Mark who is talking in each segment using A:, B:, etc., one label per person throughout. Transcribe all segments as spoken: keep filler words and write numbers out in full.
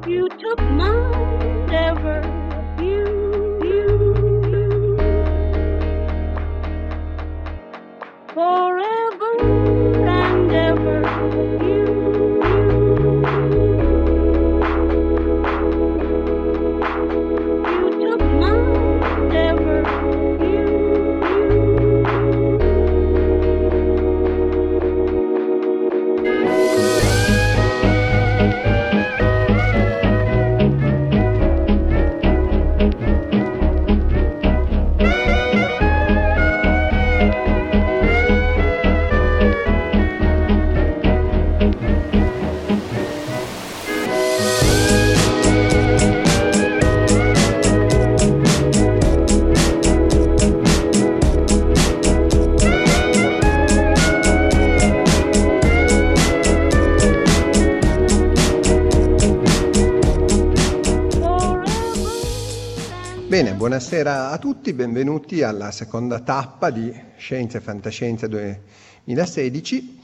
A: You took mine, ever you, you, you, forever and ever you, you, you took mine, ever you,
B: Bene, buonasera a tutti, benvenuti alla seconda tappa di Scienze e Fantascienza duemilasedici.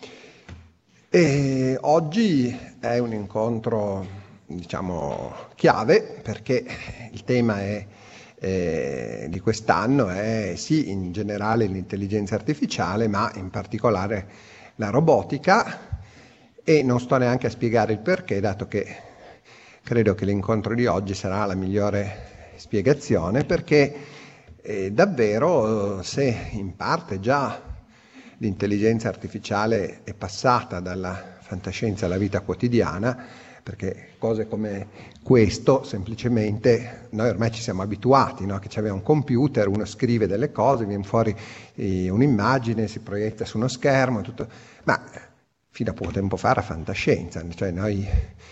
B: E oggi è un incontro, diciamo, chiave, perché il tema è, eh, di quest'anno è sì in generale l'intelligenza artificiale, ma in particolare la robotica, e non sto neanche a spiegare il perché, dato che credo che l'incontro di oggi sarà la migliore spiegazione, perché eh, davvero se in parte già l'intelligenza artificiale è passata dalla fantascienza alla vita quotidiana, perché cose come questo semplicemente noi ormai ci siamo abituati, no? Che c'è un computer, uno scrive delle cose, viene fuori eh, un'immagine, si proietta su uno schermo, tutto. Ma fino a poco tempo fa era fantascienza, cioè noi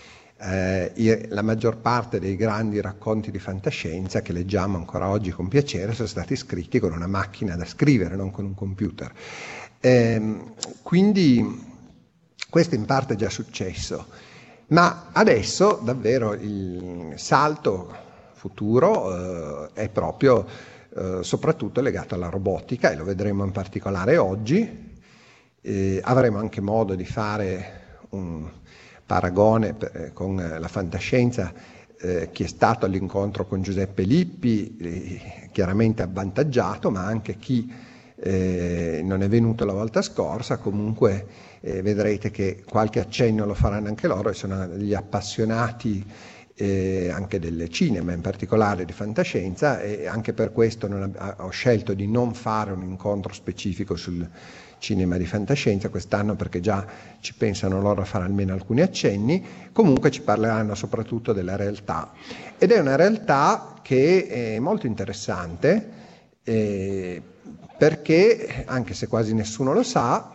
B: Eh, la maggior parte dei grandi racconti di fantascienza che leggiamo ancora oggi con piacere sono stati scritti con una macchina da scrivere, non con un computer. Eh, quindi questo in parte è già successo, ma adesso davvero il salto futuro eh, è proprio eh, soprattutto legato alla robotica, e lo vedremo in particolare oggi. Eh, avremo anche modo di fare un paragone per, con la fantascienza. Eh, chi è stato all'incontro con Giuseppe Lippi, eh, chiaramente avvantaggiato, ma anche chi eh, non è venuto la volta scorsa, comunque eh, vedrete che qualche accenno lo faranno anche loro, e sono degli appassionati eh, anche del cinema, in particolare di fantascienza, e anche per questo non ho, ho scelto di non fare un incontro specifico sul cinema di fantascienza quest'anno, perché già ci pensano loro a fare almeno alcuni accenni. Comunque ci parleranno soprattutto della realtà, ed è una realtà che è molto interessante eh, perché, anche se quasi nessuno lo sa,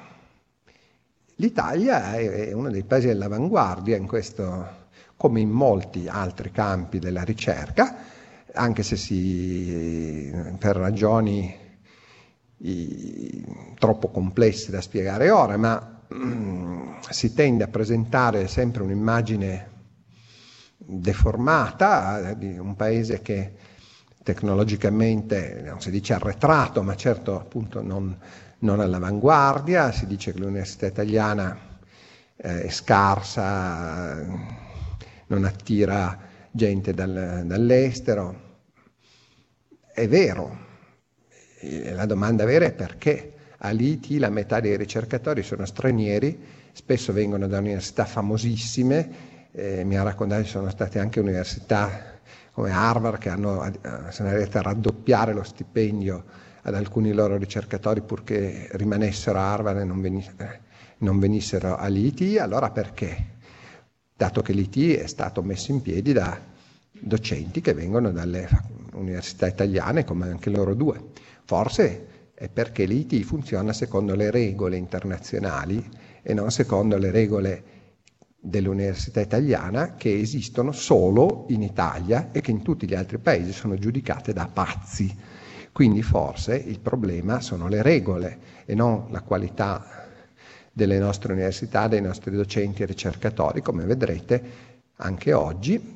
B: l'Italia è uno dei paesi all'avanguardia in questo, come in molti altri campi della ricerca, anche se si, per ragioni I, troppo complessi da spiegare ora, ma mm, si tende a presentare sempre un'immagine deformata di un paese che tecnologicamente non si dice arretrato, ma certo appunto non, non all'avanguardia. Si dice che l'università italiana eh, è scarsa, non attira gente dal, dall'estero. È vero. La domanda vera è perché all'I T la metà dei ricercatori sono stranieri, spesso vengono da università famosissime, eh, mi ha raccontato che sono state anche università come Harvard che hanno, eh, sono arrivate a raddoppiare lo stipendio ad alcuni loro ricercatori purché rimanessero a Harvard e non, venisse, eh, non venissero all'I T. Allora perché? Dato che l'I T è stato messo in piedi da docenti che vengono dalle università italiane, come anche loro due. Forse è perché l'I T funziona secondo le regole internazionali e non secondo le regole dell'università italiana, che esistono solo in Italia e che in tutti gli altri paesi sono giudicate da pazzi. Quindi forse il problema sono le regole e non la qualità delle nostre università, dei nostri docenti e ricercatori, come vedrete anche oggi.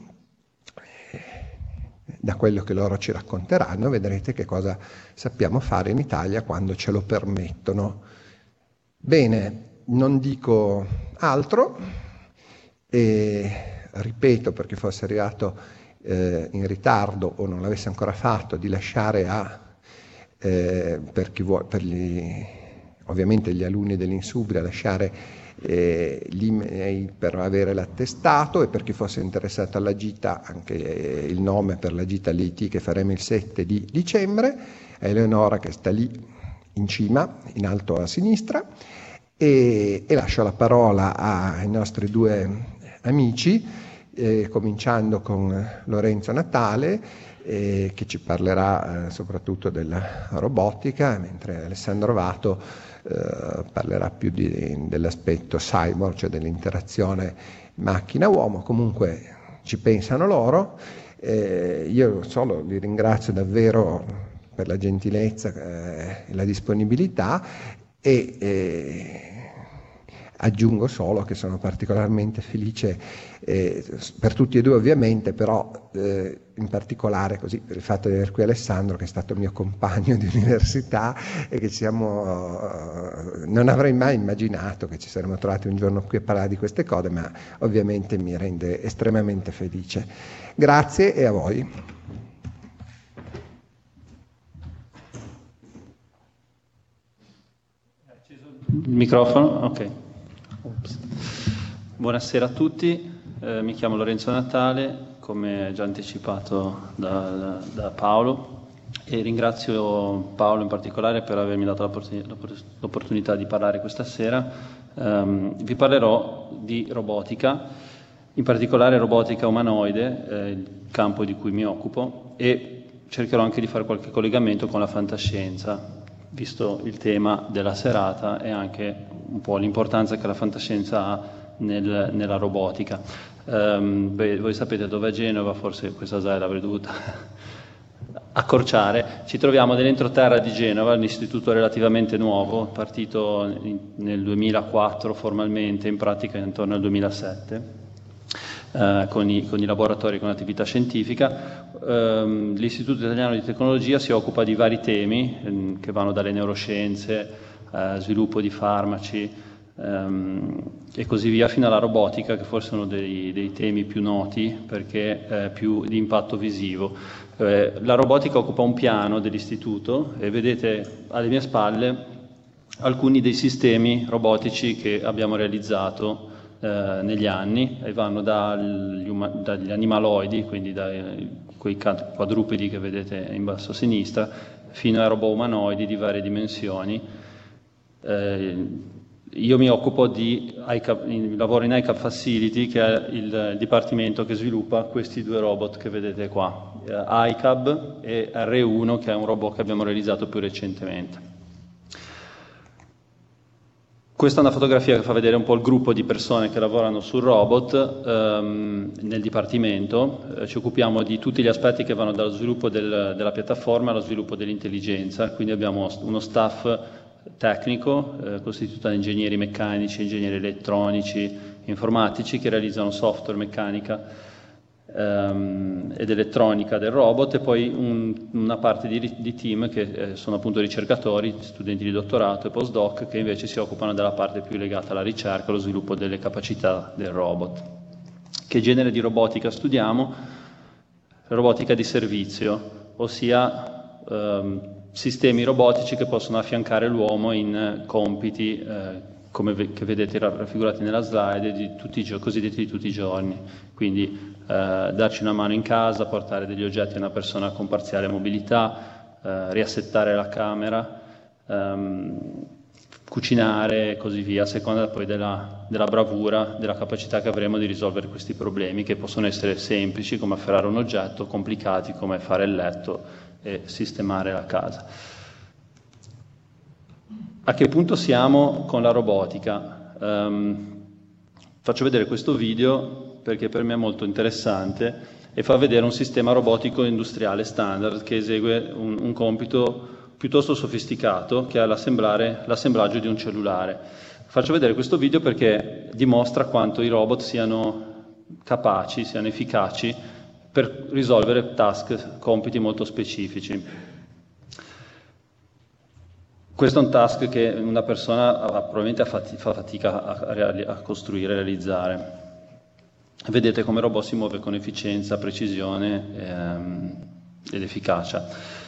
B: Da quello che loro ci racconteranno vedrete che cosa sappiamo fare in Italia quando ce lo permettono. Bene, non dico altro e ripeto, per chi fosse arrivato eh, in ritardo o non l'avesse ancora fatto, di lasciare a, eh, per chi vuole, per gli, ovviamente gli alunni dell'Insubria, lasciare eh, l'email per avere l'attestato, e per chi fosse interessato alla gita anche eh, il nome per la gita L I T che faremo il sette di dicembre. Eleonora, che sta lì in cima, in alto a sinistra, e, e lascio la parola ai nostri due amici, eh, cominciando con Lorenzo Natale, eh, che ci parlerà eh, soprattutto della robotica, mentre Alessandro Vato eh, parlerà più di, dell'aspetto cyborg, cioè dell'interazione macchina-uomo. Comunque ci pensano loro. Eh, io solo li ringrazio davvero per la gentilezza e eh, la disponibilità, e eh, aggiungo solo che sono particolarmente felice eh, per tutti e due ovviamente, però eh, in particolare così per il fatto di avere qui Alessandro, che è stato mio compagno di università, e che siamo, eh, non avrei mai immaginato che ci saremmo trovati un giorno qui a parlare di queste cose, ma ovviamente mi rende estremamente felice. Grazie, e a voi.
C: Il microfono? Ok. Ops. Buonasera a tutti, eh, mi chiamo Lorenzo Natale, come già anticipato da, da, da Paolo, e ringrazio Paolo in particolare per avermi dato l'opportunità di parlare questa sera. Um, vi parlerò di robotica, in particolare robotica umanoide, eh, il campo di cui mi occupo, e cercherò anche di fare qualche collegamento con la fantascienza, visto il tema della serata e anche un po' l'importanza che la fantascienza ha nel, nella robotica. Um, beh, voi sapete dove è Genova, forse questa slide l'avrei dovuta accorciare. Ci troviamo nell'entroterra di Genova, l'istituto relativamente nuovo, partito in, nel duemilaquattro formalmente, in pratica intorno al duemilasette. Uh, con, i, con i laboratori, con l'attività scientifica. Um, L'Istituto Italiano di Tecnologia si occupa di vari temi um, che vanno dalle neuroscienze, uh, sviluppo di farmaci um, e così via, fino alla robotica, che forse è uno dei, dei temi più noti perché è più di impatto visivo. Uh, la robotica occupa un piano dell'Istituto, e vedete alle mie spalle alcuni dei sistemi robotici che abbiamo realizzato Eh, negli anni, e vanno dagli, dagli animaloidi, quindi da quei quadrupedi che vedete in basso a sinistra, fino ai robot umanoidi di varie dimensioni. Eh, io mi occupo di I C A P, lavoro in I C A P Facility, che è il dipartimento che sviluppa questi due robot che vedete qua, eh, I C A B e R uno, che è un robot che abbiamo realizzato più recentemente. Questa è una fotografia che fa vedere un po' il gruppo di persone che lavorano sul robot ehm, nel dipartimento. Eh, ci occupiamo di tutti gli aspetti che vanno dallo sviluppo del, della piattaforma allo sviluppo dell'intelligenza, quindi abbiamo uno staff tecnico eh, costituito da ingegneri meccanici, ingegneri elettronici, informatici, che realizzano software, meccanica ehm, ed elettronica del robot, e poi un, una parte di, di team che eh, sono appunto ricercatori, studenti di dottorato e postdoc, che invece si occupano della parte più legata alla ricerca, allo sviluppo delle capacità del robot. Che genere di robotica studiamo? Robotica di servizio, ossia ehm, sistemi robotici che possono affiancare l'uomo in compiti eh, come ve- che vedete raffigurati nella slide, di tutti i gio- cosiddetti di tutti i giorni. Quindi eh, darci una mano in casa, portare degli oggetti a una persona con parziale mobilità, eh, riassettare la camera, ehm, cucinare e così via, a seconda poi della, della bravura, della capacità che avremo di risolvere questi problemi, che possono essere semplici come afferrare un oggetto, complicati come fare il letto e sistemare la casa. A che punto siamo con la robotica? Um, faccio vedere questo video perché per me è molto interessante e fa vedere un sistema robotico industriale standard che esegue un, un compito piuttosto sofisticato, che è l'assemblaggio di un cellulare. Faccio vedere questo video perché dimostra quanto i robot siano capaci, siano efficaci per risolvere task, compiti molto specifici. Questo è un task che una persona probabilmente fa fatica a, a costruire e realizzare. Vedete come il robot si muove con efficienza, precisione ehm, ed efficacia.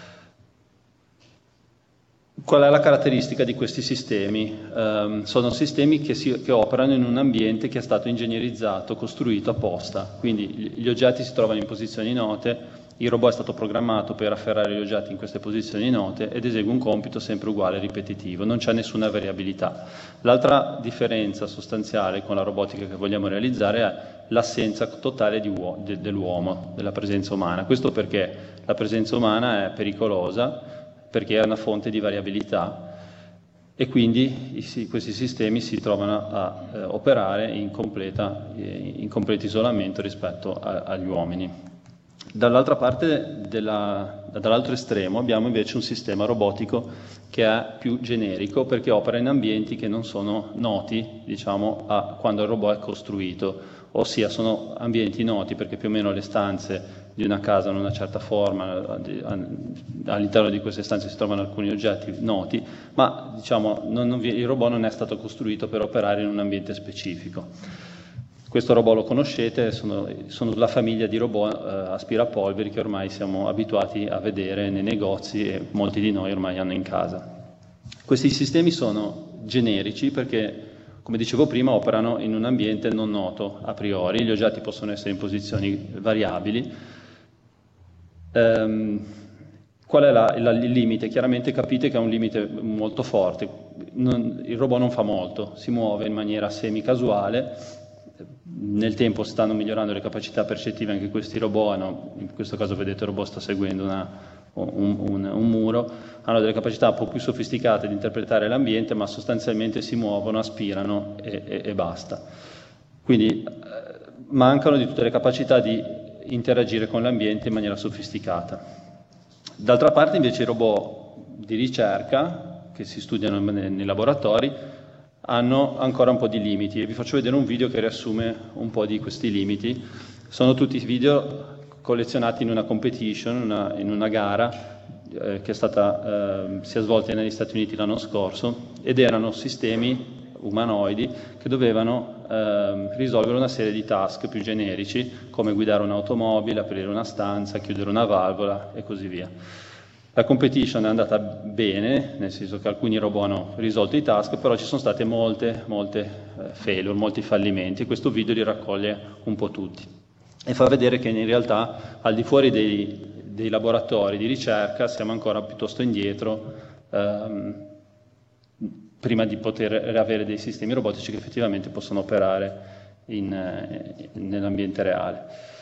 C: Qual è la caratteristica di questi sistemi? Um, sono sistemi che, si, che operano in un ambiente che è stato ingegnerizzato, costruito apposta, quindi gli oggetti si trovano in posizioni note, il robot è stato programmato per afferrare gli oggetti in queste posizioni note ed esegue un compito sempre uguale e ripetitivo, non c'è nessuna variabilità. L'altra differenza sostanziale con la robotica che vogliamo realizzare è l'assenza totale di uo- de- dell'uomo, della presenza umana. Questo perché la presenza umana è pericolosa, perché è una fonte di variabilità e quindi i, questi sistemi si trovano a eh, operare in, completa, eh, in completo isolamento rispetto a, agli uomini. Dall'altra parte, della, dall'altro estremo, abbiamo invece un sistema robotico che è più generico perché opera in ambienti che non sono noti, diciamo, a quando il robot è costruito, ossia sono ambienti noti perché più o meno le stanze di una casa hanno una certa forma, all'interno di queste stanze si trovano alcuni oggetti noti, ma diciamo, non, non, il robot non è stato costruito per operare in un ambiente specifico. Questo robot lo conoscete, sono, sono la famiglia di robot eh, aspirapolveri che ormai siamo abituati a vedere nei negozi e molti di noi ormai hanno in casa. Questi sistemi sono generici perché, come dicevo prima, operano in un ambiente non noto a priori, gli oggetti possono essere in posizioni variabili. Ehm, qual è la, la, il limite? Chiaramente capite che è un limite molto forte, non, il robot non fa molto, si muove in maniera semi-casuale, nel tempo stanno migliorando le capacità percettive anche questi robot, hanno, in questo caso vedete il robot sta seguendo una, un, un, un muro, hanno delle capacità un po' più sofisticate di interpretare l'ambiente, ma sostanzialmente si muovono, aspirano e, e, e basta. Quindi eh, mancano di tutte le capacità di interagire con l'ambiente in maniera sofisticata. D'altra parte invece i robot di ricerca che si studiano nei, nei laboratori hanno ancora un po' di limiti e vi faccio vedere un video che riassume un po' di questi limiti. Sono tutti video collezionati in una competition, una, in una gara eh, che è stata, eh, si è svolta negli Stati Uniti l'anno scorso ed erano sistemi umanoidi che dovevano eh, risolvere una serie di task più generici come guidare un'automobile, aprire una stanza, chiudere una valvola e così via. La competition è andata bene, nel senso che alcuni robot hanno risolto i task, però ci sono state molte, molte eh, failure, molti fallimenti. Questo video li raccoglie un po' tutti e fa vedere che in realtà al di fuori dei, dei laboratori di ricerca siamo ancora piuttosto indietro ehm, prima di poter avere dei sistemi robotici che effettivamente possono operare in, eh, nell'ambiente reale.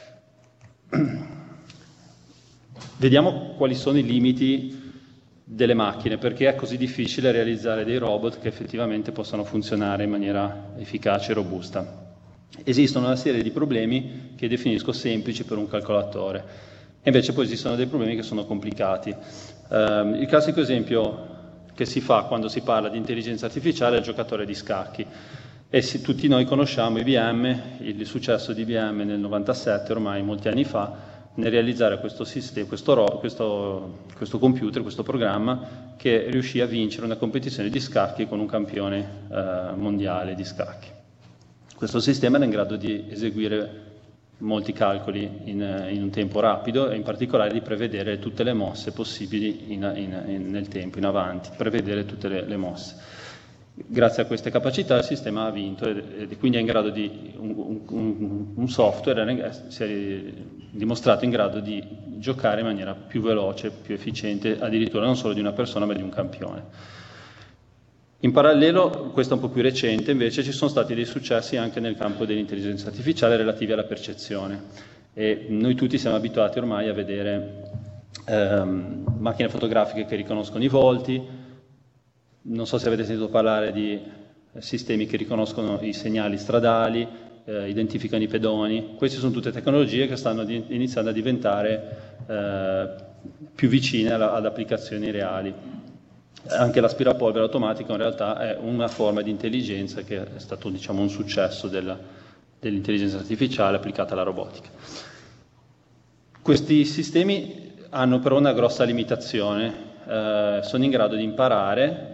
C: Vediamo quali sono i limiti delle macchine, perché è così difficile realizzare dei robot che effettivamente possano funzionare in maniera efficace e robusta. Esistono una serie di problemi che definisco semplici per un calcolatore, e invece poi esistono dei problemi che sono complicati. Um, il classico esempio che si fa quando si parla di intelligenza artificiale è il giocatore di scacchi. E se tutti noi conosciamo I B M, il successo di I B M nel novantasette, ormai molti anni fa, nel realizzare questo, sistema, questo, questo, questo computer, questo programma, che riuscì a vincere una competizione di scacchi con un campione eh, mondiale di scacchi. Questo sistema era in grado di eseguire molti calcoli in, in un tempo rapido e in particolare di prevedere tutte le mosse possibili in, in, in, nel tempo, in avanti, prevedere tutte le, le mosse. Grazie a queste capacità il sistema ha vinto e, e quindi è in grado di, un, un, un software si è dimostrato in grado di giocare in maniera più veloce, più efficiente, addirittura non solo di una persona ma di un campione. In parallelo, questo è un po' più recente, invece ci sono stati dei successi anche nel campo dell'intelligenza artificiale relativi alla percezione e noi tutti siamo abituati ormai a vedere ehm, macchine fotografiche che riconoscono i volti. Non so se avete sentito parlare di sistemi che riconoscono i segnali stradali, eh, identificano i pedoni. Queste sono tutte tecnologie che stanno di, iniziando a diventare eh, più vicine alla, ad applicazioni reali. Anche l'aspirapolvere automatico in realtà è una forma di intelligenza che è stato, diciamo, un successo della, dell'intelligenza artificiale applicata alla robotica. Questi sistemi hanno però una grossa limitazione, eh, sono in grado di imparare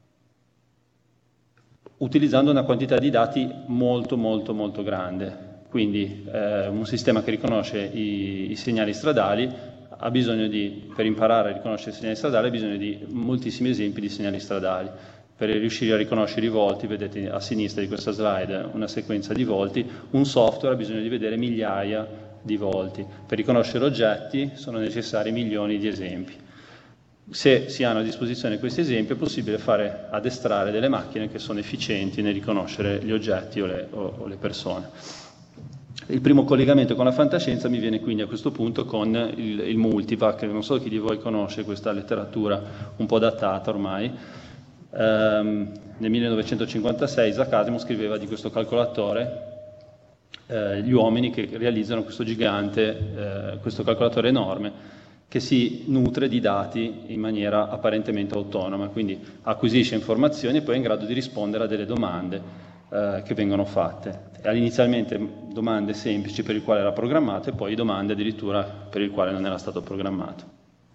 C: utilizzando una quantità di dati molto molto molto grande. Quindi eh, un sistema che riconosce i, i segnali stradali ha bisogno di, per imparare a riconoscere i segnali stradali, ha bisogno di moltissimi esempi di segnali stradali. Per riuscire a riconoscere i volti, vedete a sinistra di questa slide una sequenza di volti, un software ha bisogno di vedere migliaia di volti. Per riconoscere oggetti sono necessari milioni di esempi. Se si hanno a disposizione questi esempi è possibile fare addestrare delle macchine che sono efficienti nel riconoscere gli oggetti o le, o, o le persone. Il primo collegamento con la fantascienza mi viene quindi a questo punto con il, il multivac. Non so chi di voi conosce questa letteratura un po' datata ormai. Um, nel millenovecentocinquantasei Isaac Asimov scriveva di questo calcolatore, eh, gli uomini che realizzano questo gigante, eh, questo calcolatore enorme che si nutre di dati in maniera apparentemente autonoma, quindi acquisisce informazioni e poi è in grado di rispondere a delle domande eh, che vengono fatte. Inizialmente domande semplici per il quale era programmato e poi domande addirittura per il quale non era stato programmato.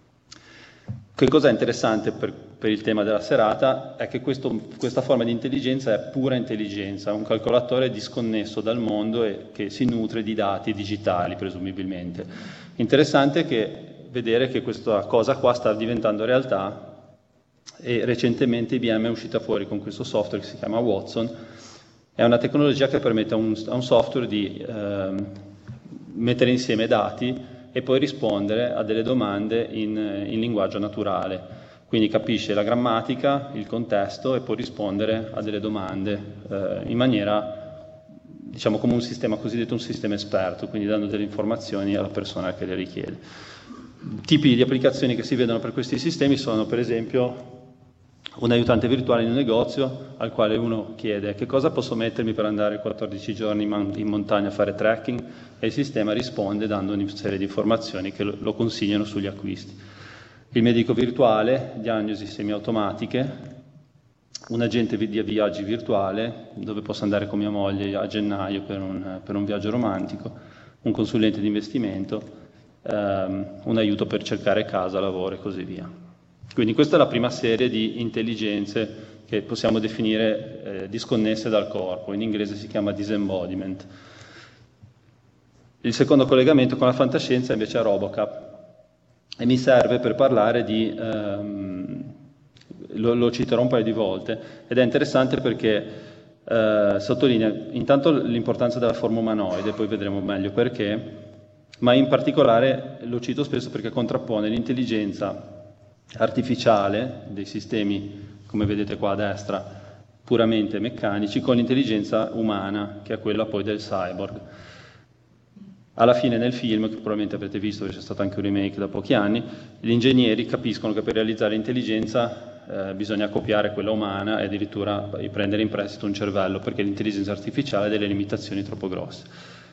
C: Che cosa è interessante per, per il tema della serata è che questo, questa forma di intelligenza è pura intelligenza, un calcolatore disconnesso dal mondo e che si nutre di dati digitali, presumibilmente. Interessante che vedere che questa cosa qua sta diventando realtà e recentemente I B M è uscita fuori con questo software che si chiama Watson. È una tecnologia che permette a un, a un software di eh, mettere insieme dati e poi rispondere a delle domande in, in linguaggio naturale. Quindi capisce la grammatica, il contesto e può rispondere a delle domande eh, in maniera, diciamo, come un sistema cosiddetto un sistema esperto, quindi dando delle informazioni alla persona che le richiede. Tipi di applicazioni che si vedono per questi sistemi sono, per esempio, un aiutante virtuale in un negozio al quale uno chiede che cosa posso mettermi per andare quattordici giorni in montagna a fare trekking e il sistema risponde dando una serie di informazioni che lo consigliano sugli acquisti. Il medico virtuale, diagnosi semiautomatiche, un agente di viaggi virtuale dove posso andare con mia moglie a gennaio per un, per un viaggio romantico, un consulente di investimento, ehm, un aiuto per cercare casa, lavoro e così via. Quindi questa è la prima serie di intelligenze che possiamo definire eh, disconnesse dal corpo, in inglese si chiama disembodiment. Il secondo collegamento con la fantascienza invece è Robocop e mi serve per parlare di, ehm, lo, lo citerò un paio di volte, ed è interessante perché eh, sottolinea intanto l'importanza della forma umanoide, poi vedremo meglio perché, ma in particolare lo cito spesso perché contrappone l'intelligenza artificiale dei sistemi, come vedete qua a destra, puramente meccanici, con l'intelligenza umana, che è quella poi del cyborg. Alla fine nel film, che probabilmente avrete visto perché c'è stato anche un remake da pochi anni, gli ingegneri capiscono che per realizzare l'intelligenza eh, bisogna copiare quella umana e addirittura prendere in prestito un cervello, perché l'intelligenza artificiale ha delle limitazioni troppo grosse.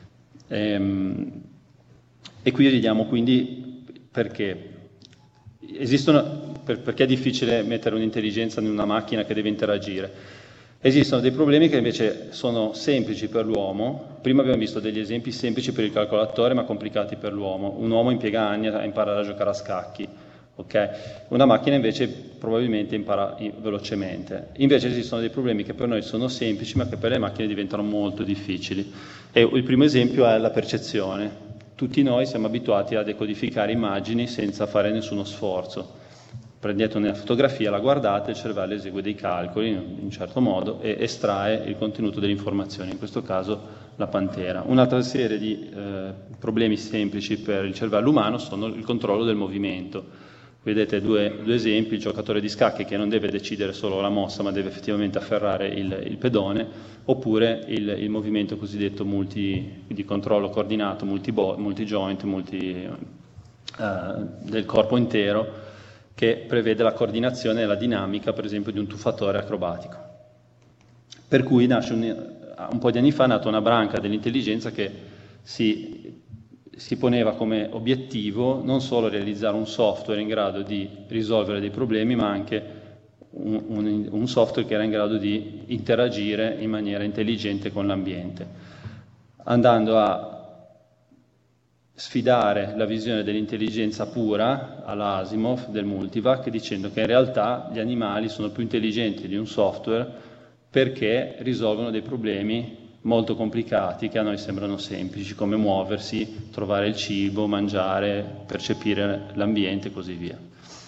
C: Ehm, e qui vediamo quindi perché. Esistono, per, perché è difficile mettere un'intelligenza in una macchina che deve interagire? Esistono dei problemi che invece sono semplici per l'uomo. Prima abbiamo visto degli esempi semplici per il calcolatore ma complicati per l'uomo. Un uomo impiega anni a imparare a giocare a scacchi, okay? Una macchina invece probabilmente impara velocemente. Invece esistono dei problemi che per noi sono semplici ma che per le macchine diventano molto difficili. E il primo esempio è la percezione. Tutti noi siamo abituati a decodificare immagini senza fare nessuno sforzo. Prendete una fotografia, la guardate, il cervello esegue dei calcoli in un certo modo e estrae il contenuto delle informazioni, in questo caso la pantera. Un'altra serie di eh, problemi semplici per il cervello umano sono il controllo del movimento. Vedete due, due esempi: il giocatore di scacchi che non deve decidere solo la mossa ma deve effettivamente afferrare il, il pedone, oppure il, il movimento cosiddetto multi, di controllo coordinato, multi-joint, multi, uh, del corpo intero, che prevede la coordinazione e la dinamica, per esempio, di un tuffatore acrobatico. Per cui nasce un, un po' di anni fa è nata una branca dell'intelligenza che si si poneva come obiettivo non solo realizzare un software in grado di risolvere dei problemi, ma anche un, un, un software che era in grado di interagire in maniera intelligente con l'ambiente, andando a sfidare la visione dell'intelligenza pura alla Asimov del multivac, dicendo che in realtà gli animali sono più intelligenti di un software perché risolvono dei problemi molto complicati che a noi sembrano semplici, come muoversi, trovare il cibo, mangiare, percepire l'ambiente e così via.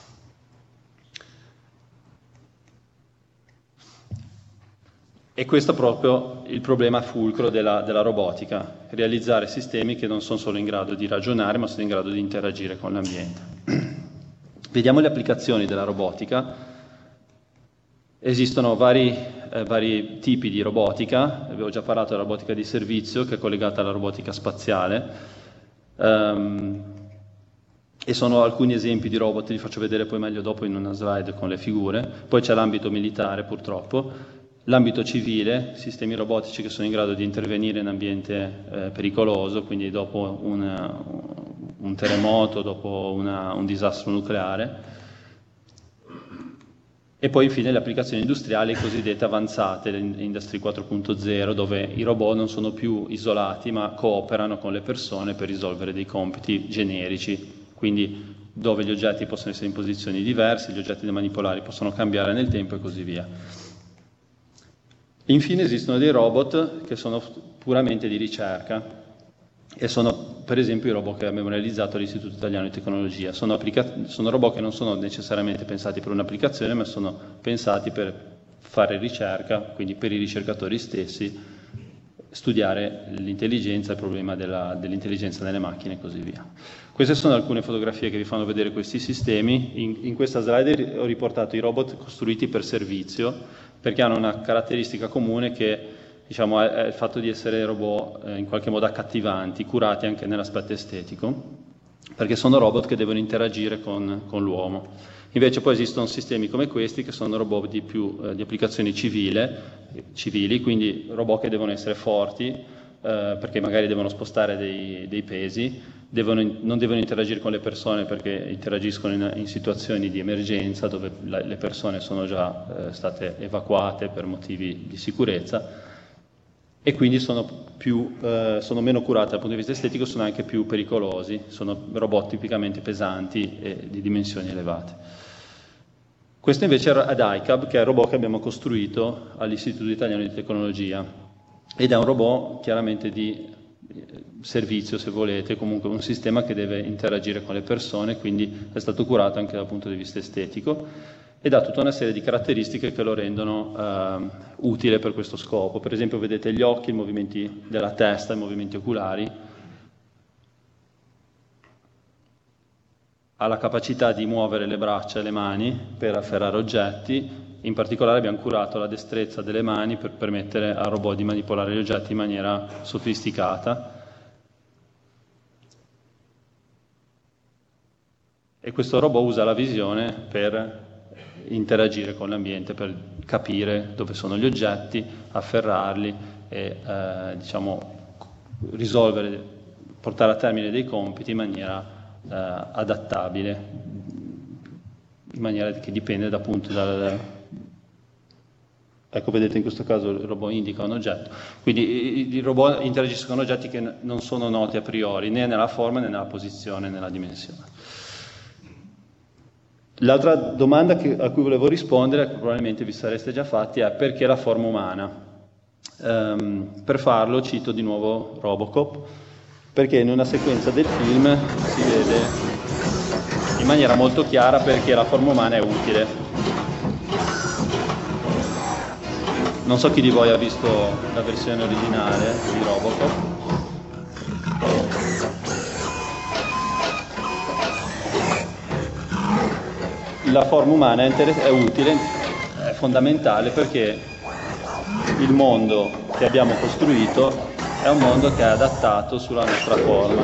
C: E questo è proprio il problema fulcro della, della robotica, realizzare sistemi che non sono solo in grado di ragionare, ma sono in grado di interagire con l'ambiente. Vediamo le applicazioni della robotica. Esistono vari, eh, vari tipi di robotica. Avevo già parlato della robotica di servizio, che è collegata alla robotica spaziale. Um, e sono alcuni esempi di robot, li faccio vedere poi meglio dopo in una slide con le figure. Poi c'è l'ambito militare, purtroppo. L'ambito civile, sistemi robotici che sono in grado di intervenire in ambiente eh, pericoloso, quindi dopo una, un terremoto, dopo una, un disastro nucleare. E poi infine le applicazioni industriali cosiddette avanzate, l'Industry quattro punto zero, dove i robot non sono più isolati ma cooperano con le persone per risolvere dei compiti generici, quindi dove gli oggetti possono essere in posizioni diverse, gli oggetti da manipolare possono cambiare nel tempo e così via. Infine esistono dei robot che sono puramente di ricerca e sono per esempio i robot che abbiamo realizzato all'Istituto Italiano di Tecnologia. Sono, sono robot che non sono necessariamente pensati per un'applicazione, ma sono pensati per fare ricerca, quindi per i ricercatori stessi, studiare l'intelligenza, il problema della, dell'intelligenza nelle macchine e così via. Queste sono alcune fotografie che vi fanno vedere questi sistemi. In, in questa slide ho riportato i robot costruiti per servizio, perché hanno una caratteristica comune che, diciamo, è il fatto di essere robot eh, in qualche modo accattivanti, curati anche nell'aspetto estetico, perché sono robot che devono interagire con, con l'uomo. Invece poi esistono sistemi come questi che sono robot di, più, eh, di applicazioni civile, civili, quindi robot che devono essere forti, eh, perché magari devono spostare dei, dei pesi, devono, non devono interagire con le persone perché interagiscono in, in situazioni di emergenza dove la, le persone sono già eh, state evacuate per motivi di sicurezza e quindi sono, più, eh, sono meno curati dal punto di vista estetico, sono anche più pericolosi, sono robot tipicamente pesanti e di dimensioni elevate. Questo invece è I C A B, che è il robot che abbiamo costruito all'Istituto Italiano di Tecnologia ed è un robot chiaramente di servizio, se volete, comunque un sistema che deve interagire con le persone, quindi è stato curato anche dal punto di vista estetico ed ha tutta una serie di caratteristiche che lo rendono eh, utile per questo scopo. Per esempio vedete gli occhi, i movimenti della testa, i movimenti oculari, ha la capacità di muovere le braccia e le mani per afferrare oggetti. In particolare abbiamo curato la destrezza delle mani per permettere al robot di manipolare gli oggetti in maniera sofisticata. E questo robot usa la visione per interagire con l'ambiente, per capire dove sono gli oggetti, afferrarli e eh, diciamo, risolvere, portare a termine dei compiti in maniera eh, adattabile, in maniera che dipende da, appunto dal... Ecco, vedete in questo caso il robot indica un oggetto, quindi i robot interagiscono con oggetti che non sono noti a priori, né nella forma né nella posizione né nella dimensione. L'altra domanda che, a cui volevo rispondere, che probabilmente vi sareste già fatti, è perché la forma umana? Um, per farlo cito di nuovo Robocop, perché in una sequenza del film si vede in maniera molto chiara perché la forma umana è utile. Non so chi di voi ha visto la versione originale di Robocop. La forma umana è, è utile, è fondamentale perché il mondo che abbiamo costruito è un mondo che è adattato sulla nostra forma.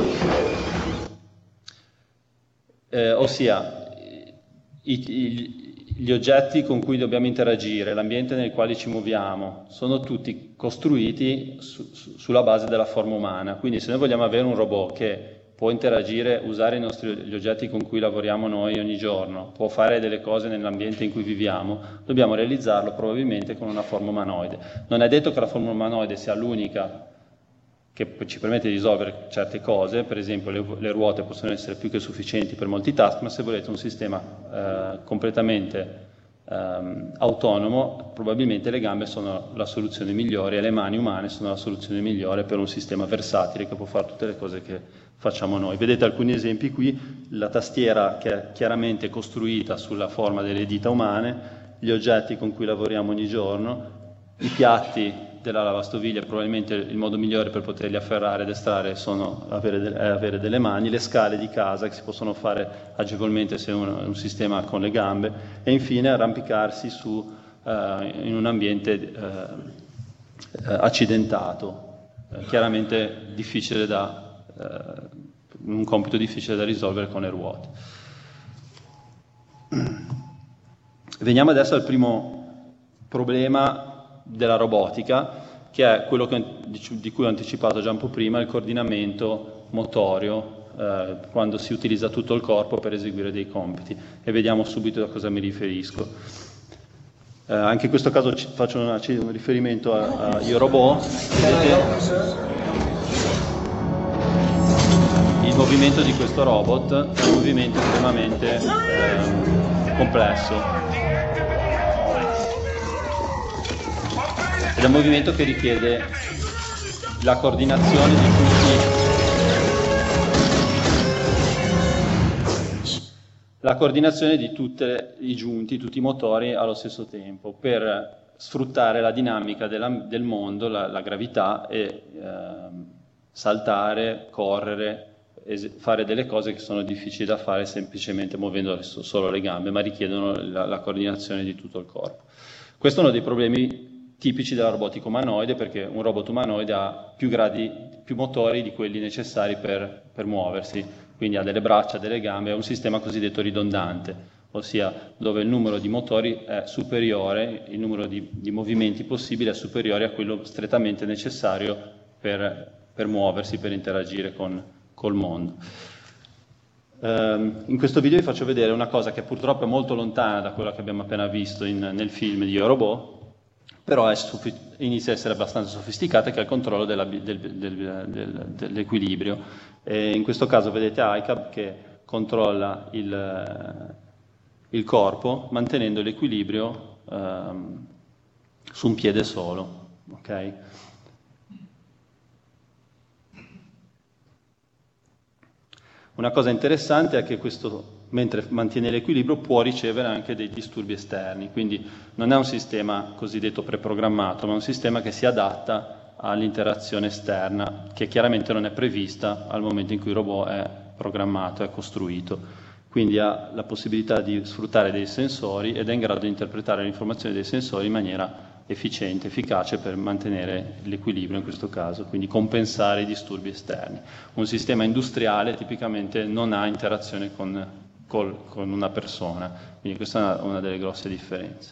C: Eh, ossia, i, i, gli oggetti con cui dobbiamo interagire, l'ambiente nel quale ci muoviamo, sono tutti costruiti su, su, sulla base della forma umana. Quindi se noi vogliamo avere un robot che può interagire, usare i nostri, gli oggetti con cui lavoriamo noi ogni giorno, può fare delle cose nell'ambiente in cui viviamo, dobbiamo realizzarlo probabilmente con una forma umanoide. Non è detto che la forma umanoide sia l'unica che ci permette di risolvere certe cose, per esempio le, le ruote possono essere più che sufficienti per molti task, ma se volete un sistema eh, completamente ehm, autonomo, probabilmente le gambe sono la soluzione migliore e le mani umane sono la soluzione migliore per un sistema versatile che può fare tutte le cose che facciamo noi. Vedete alcuni esempi qui, la tastiera che è chiaramente costruita sulla forma delle dita umane, gli oggetti con cui lavoriamo ogni giorno, i piatti della lavastoviglie, probabilmente il modo migliore per poterli afferrare ed estrarre sono avere, de- avere delle mani, le scale di casa che si possono fare agevolmente se uno è un sistema con le gambe, e infine arrampicarsi su, uh, in un ambiente uh, accidentato, uh, chiaramente difficile da, uh, un compito difficile da risolvere con le ruote. Veniamo adesso al primo problema della robotica, che è quello che, di cui ho anticipato già un po' prima, il coordinamento motorio, eh, quando si utilizza tutto il corpo per eseguire dei compiti, e vediamo subito a cosa mi riferisco. Eh, anche in questo caso ci, faccio una, un riferimento a, a Io Robot. Vedete il movimento di questo robot, è un movimento estremamente eh, complesso. Ed è un movimento che richiede la coordinazione di tutti, la coordinazione di tutti i giunti, tutti i motori allo stesso tempo, per sfruttare la dinamica della, del mondo, la, la gravità, e eh, saltare, correre, fare delle cose che sono difficili da fare semplicemente muovendo solo le gambe, ma richiedono la, la coordinazione di tutto il corpo. Questo è uno dei problemi tipici della robotica umanoide, perché un robot umanoide ha più gradi, più motori di quelli necessari per, per muoversi, quindi ha delle braccia, delle gambe, è un sistema cosiddetto ridondante, ossia dove il numero di motori è superiore, il numero di, di movimenti possibili è superiore a quello strettamente necessario per, per muoversi, per interagire con, col mondo. Um, in questo video vi faccio vedere una cosa che purtroppo è molto lontana da quella che abbiamo appena visto in, nel film di Io Robot, però è inizia a essere abbastanza sofisticata, che è il controllo della, del, del, del, dell'equilibrio. E in questo caso vedete I C A B che controlla il, il corpo mantenendo l'equilibrio um, su un piede solo. Okay? Una cosa interessante è che questo, mentre mantiene l'equilibrio, può ricevere anche dei disturbi esterni, quindi non è un sistema cosiddetto preprogrammato, ma un sistema che si adatta all'interazione esterna, che chiaramente non è prevista al momento in cui il robot è programmato, è costruito. Quindi ha la possibilità di sfruttare dei sensori ed è in grado di interpretare le informazioni dei sensori in maniera efficiente, efficace, per mantenere l'equilibrio in questo caso, quindi compensare i disturbi esterni. Un sistema industriale tipicamente non ha interazione con, col, con una persona, quindi questa è una, una delle grosse differenze.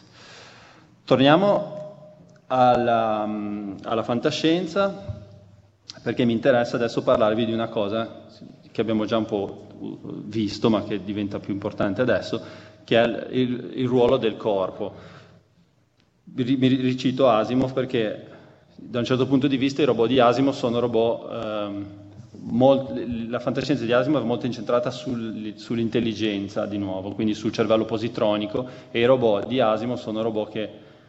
C: Torniamo alla, alla fantascienza, perché mi interessa adesso parlarvi di una cosa che abbiamo già un po' visto, ma che diventa più importante adesso, che è il, il, il ruolo del corpo. Mi ricito Asimov perché da un certo punto di vista i robot di Asimov sono robot, ehm, molt, la fantascienza di Asimov è molto incentrata sul, sull'intelligenza, di nuovo, quindi sul cervello positronico, e i robot di Asimov sono robot che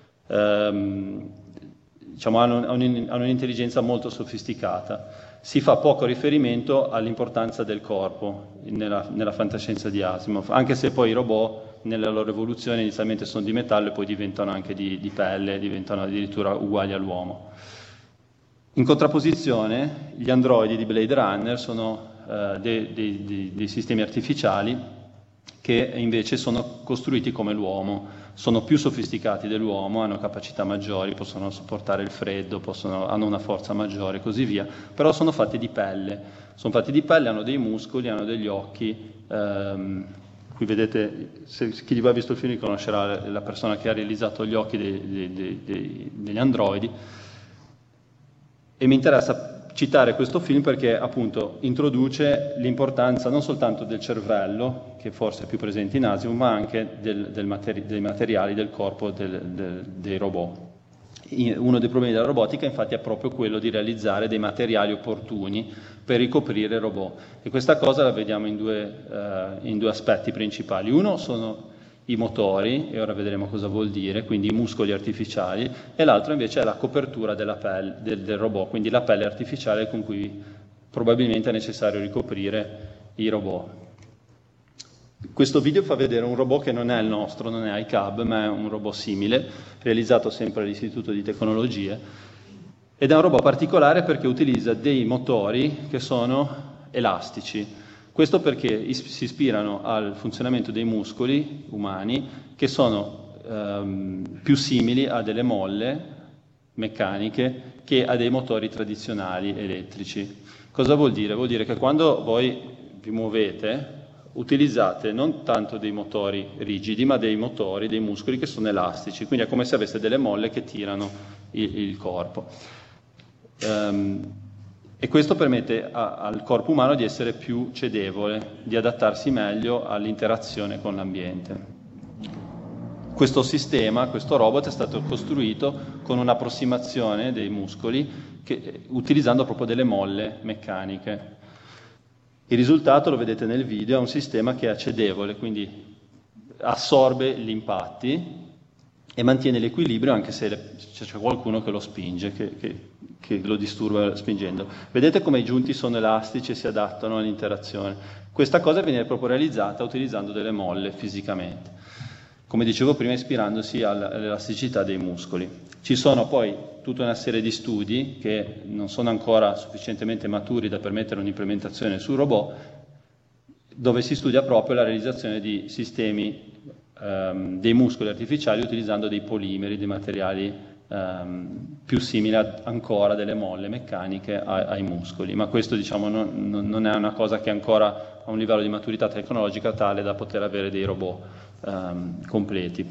C: ehm, diciamo, hanno, hanno un'intelligenza molto sofisticata. Si fa poco riferimento all'importanza del corpo nella, nella fantascienza di Asimov, anche se poi i robot nella loro evoluzione inizialmente sono di metallo e poi diventano anche di, di pelle, diventano addirittura uguali all'uomo. In contrapposizione, gli androidi di Blade Runner sono eh, dei, dei, dei, dei sistemi artificiali che invece sono costruiti come l'uomo, sono più sofisticati dell'uomo, hanno capacità maggiori, possono sopportare il freddo, possono, hanno una forza maggiore e così via, però sono fatti di pelle, sono fatti di pelle, hanno dei muscoli, hanno degli occhi. Ehm, Qui vedete, se chi ha visto il film conoscerà la persona che ha realizzato gli occhi dei, dei, dei, degli androidi. E mi interessa citare questo film perché appunto introduce l'importanza non soltanto del cervello, che forse è più presente in Asimov, ma anche del, del materi- dei materiali del corpo del, del, dei robot. Uno dei problemi della robotica infatti è proprio quello di realizzare dei materiali opportuni per ricoprire il robot, e questa cosa la vediamo in due, uh, in due aspetti principali. Uno sono i motori, e ora vedremo cosa vuol dire, quindi i muscoli artificiali, e l'altro invece è la copertura della pelle, del, del robot, quindi la pelle artificiale con cui probabilmente è necessario ricoprire i robot. Questo video fa vedere un robot che non è il nostro, non è I C A B, ma è un robot simile, realizzato sempre all'Istituto di Tecnologie, ed è un robot particolare perché utilizza dei motori che sono elastici. Questo perché si ispirano al funzionamento dei muscoli umani, che sono ehm, più simili a delle molle meccaniche che a dei motori tradizionali elettrici. Cosa vuol dire? Vuol dire che quando voi vi muovete utilizzate non tanto dei motori rigidi, ma dei motori, dei muscoli che sono elastici, quindi è come se aveste delle molle che tirano il, il corpo. Um, e questo permette a, al corpo umano di essere più cedevole, di adattarsi meglio all'interazione con l'ambiente. Questo sistema, questo robot è stato costruito con un'approssimazione dei muscoli che, utilizzando proprio delle molle meccaniche. Il risultato, lo vedete nel video, è un sistema che è cedevole, quindi assorbe gli impatti e mantiene l'equilibrio anche se c'è qualcuno che lo spinge, che, che, che lo disturba spingendo. Vedete come i giunti sono elastici e si adattano all'interazione. Questa cosa viene proprio realizzata utilizzando delle molle fisicamente, come dicevo prima, ispirandosi all'elasticità dei muscoli. Ci sono poi tutta una serie di studi che non sono ancora sufficientemente maturi da permettere un'implementazione sul robot, dove si studia proprio la realizzazione di sistemi ehm, dei muscoli artificiali utilizzando dei polimeri, dei materiali ehm, più simili a, ancora delle molle meccaniche ai, ai muscoli. Ma questo, diciamo, non, non è una cosa che ancora ha un livello di maturità tecnologica tale da poter avere dei robot ehm, completi.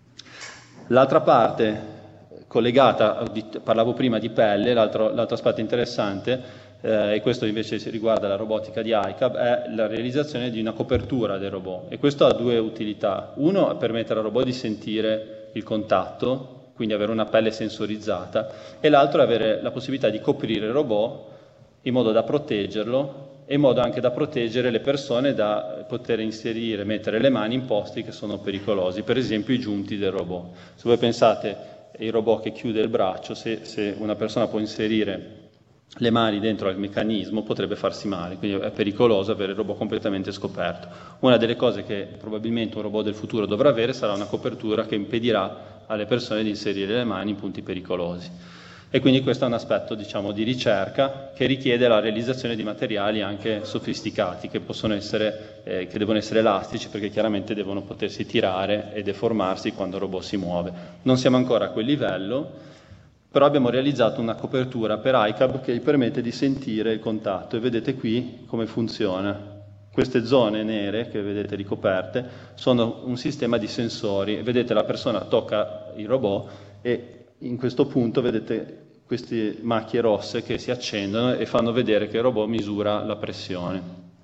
C: L'altra parte collegata, parlavo prima di pelle, l'altro, l'altro aspetto interessante, eh, e questo invece si riguarda la robotica di I C A B, è la realizzazione di una copertura del robot. E questo ha due utilità. Uno, permettere al robot di sentire il contatto, quindi avere una pelle sensorizzata, e l'altro è avere la possibilità di coprire il robot in modo da proteggerlo, e in modo anche da proteggere le persone da poter inserire, mettere le mani in posti che sono pericolosi, per esempio i giunti del robot. Se voi pensate il robot che chiude il braccio, se, se una persona può inserire le mani dentro al meccanismo potrebbe farsi male, quindi è pericoloso avere il robot completamente scoperto. Una delle cose che probabilmente un robot del futuro dovrà avere sarà una copertura che impedirà alle persone di inserire le mani in punti pericolosi. E quindi questo è un aspetto, diciamo, di ricerca che richiede la realizzazione di materiali anche sofisticati, che possono essere, eh, che devono essere elastici, perché chiaramente devono potersi tirare e deformarsi quando il robot si muove. Non siamo ancora a quel livello, però abbiamo realizzato una copertura per I C A B che gli permette di sentire il contatto, e vedete qui come funziona. Queste zone nere che vedete ricoperte sono un sistema di sensori. Vedete, la persona tocca il robot e in questo punto vedete queste macchie rosse che si accendono e fanno vedere che il robot misura la pressione.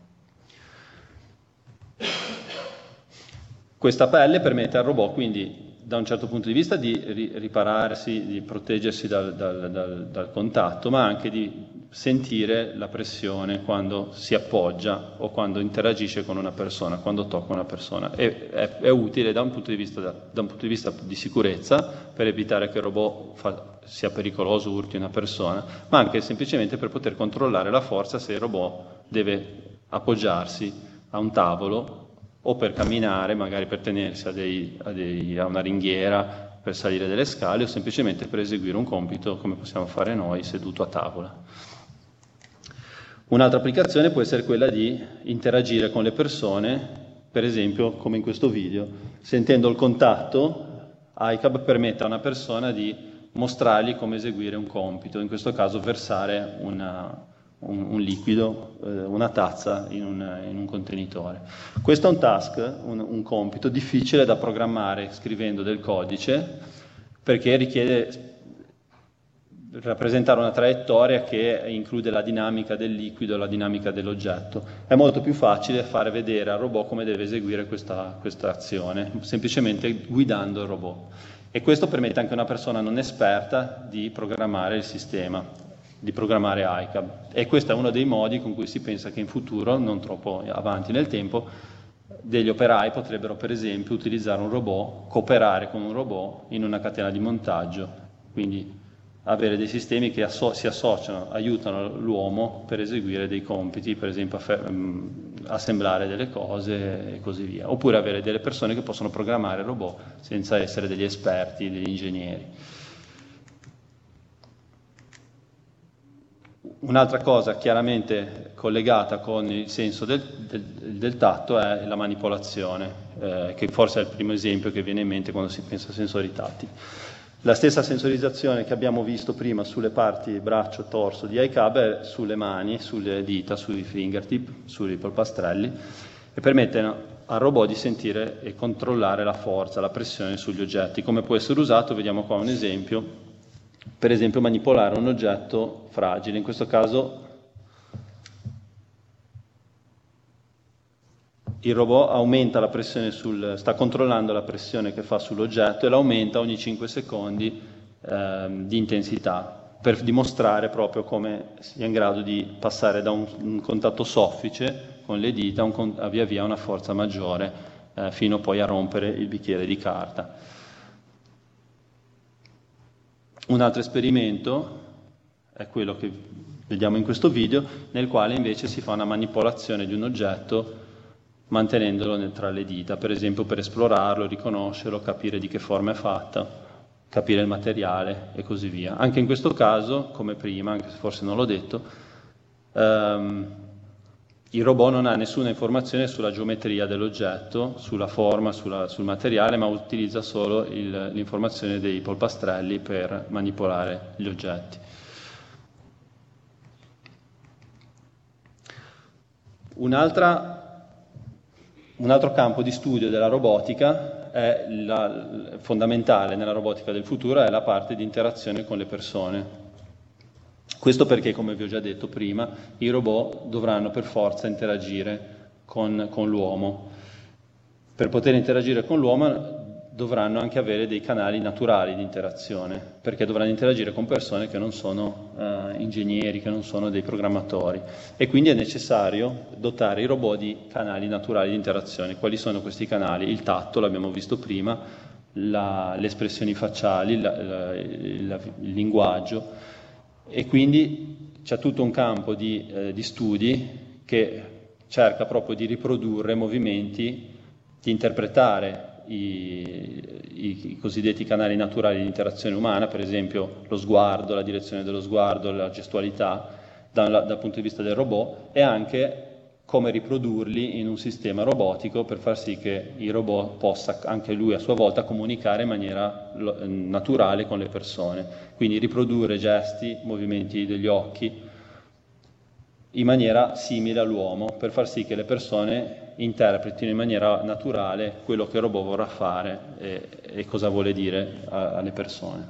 C: Questa pelle permette al robot quindi, da un certo punto di vista, di ripararsi, di proteggersi dal, dal, dal, dal contatto, ma anche di sentire la pressione quando si appoggia o quando interagisce con una persona, quando tocca una persona. E, è, è utile da un punto di vista, da, da un punto di vista di sicurezza, per evitare che il robot fa, sia pericoloso, urti una persona, ma anche semplicemente per poter controllare la forza se il robot deve appoggiarsi a un tavolo o per camminare, magari per tenersi a, dei, a, dei, a una ringhiera, per salire delle scale, o semplicemente per eseguire un compito come possiamo fare noi seduto a tavola. Un'altra applicazione può essere quella di interagire con le persone, per esempio come in questo video. Sentendo il contatto, I C A B permette a una persona di mostrargli come eseguire un compito, in questo caso versare una, un, un liquido, eh, una tazza in un, in un contenitore. Questo è un task, un, un compito difficile da programmare scrivendo del codice, perché richiede rappresentare una traiettoria che include la dinamica del liquido e la dinamica dell'oggetto. È molto più facile fare vedere al robot come deve eseguire questa, questa azione, semplicemente guidando il robot. E questo permette anche a una persona non esperta di programmare il sistema, di programmare I C A B. E questo è uno dei modi con cui si pensa che in futuro, non troppo avanti nel tempo, degli operai potrebbero per esempio utilizzare un robot, cooperare con un robot in una catena di montaggio, quindi avere dei sistemi che asso- si associano, aiutano l'uomo per eseguire dei compiti, per esempio affer- mh, assemblare delle cose e così via, oppure avere delle persone che possono programmare robot senza essere degli esperti, degli ingegneri. Un'altra cosa chiaramente collegata con il senso del, del, del tatto è la manipolazione, eh, che forse è il primo esempio che viene in mente quando si pensa a sensori tattili. La stessa sensorizzazione che abbiamo visto prima sulle parti braccio, torso di iCub è sulle mani, sulle dita, sui fingertip, sui polpastrelli, e permette al robot di sentire e controllare la forza, la pressione sugli oggetti. Come può essere usato, vediamo qua un esempio, per esempio manipolare un oggetto fragile, in questo caso il robot aumenta la pressione sul, sta controllando la pressione che fa sull'oggetto e l'aumenta ogni cinque secondi eh, di intensità, per dimostrare proprio come sia in grado di passare da un, un contatto soffice con le dita a, un, a via via una forza maggiore, eh, fino poi a rompere il bicchiere di carta. Un altro esperimento è quello che vediamo in questo video, nel quale invece si fa una manipolazione di un oggetto mantenendolo tra le dita, per esempio per esplorarlo, riconoscerlo, capire di che forma è fatta, capire il materiale e così via. Anche in questo caso, come prima, anche se forse non l'ho detto, ehm, il robot non ha nessuna informazione sulla geometria dell'oggetto, sulla forma, sulla, sul materiale, ma utilizza solo il, l'informazione dei polpastrelli per manipolare gli oggetti. Un'altra Un altro campo di studio della robotica, è la, fondamentale nella robotica del futuro, è la parte di interazione con le persone. Questo perché, come vi ho già detto prima, i robot dovranno per forza interagire con, con l'uomo. Per poter interagire con l'uomo dovranno anche avere dei canali naturali di interazione, perché dovranno interagire con persone che non sono uh, ingegneri, che non sono dei programmatori, e quindi è necessario dotare i robot di canali naturali di interazione. Quali sono questi canali? Il tatto, l'abbiamo visto prima, la, le espressioni facciali, la, la, il, il linguaggio, e quindi c'è tutto un campo di, eh, di studi che cerca proprio di riprodurre movimenti, di interpretare I, i, i cosiddetti canali naturali di interazione umana, per esempio lo sguardo, la direzione dello sguardo, la gestualità da, dal punto di vista del robot, e anche come riprodurli in un sistema robotico per far sì che il robot possa anche lui a sua volta comunicare in maniera lo, naturale con le persone, quindi riprodurre gesti, movimenti degli occhi in maniera simile all'uomo, per far sì che le persone interpretino in maniera naturale quello che il robot vorrà fare e, e cosa vuole dire a, alle persone.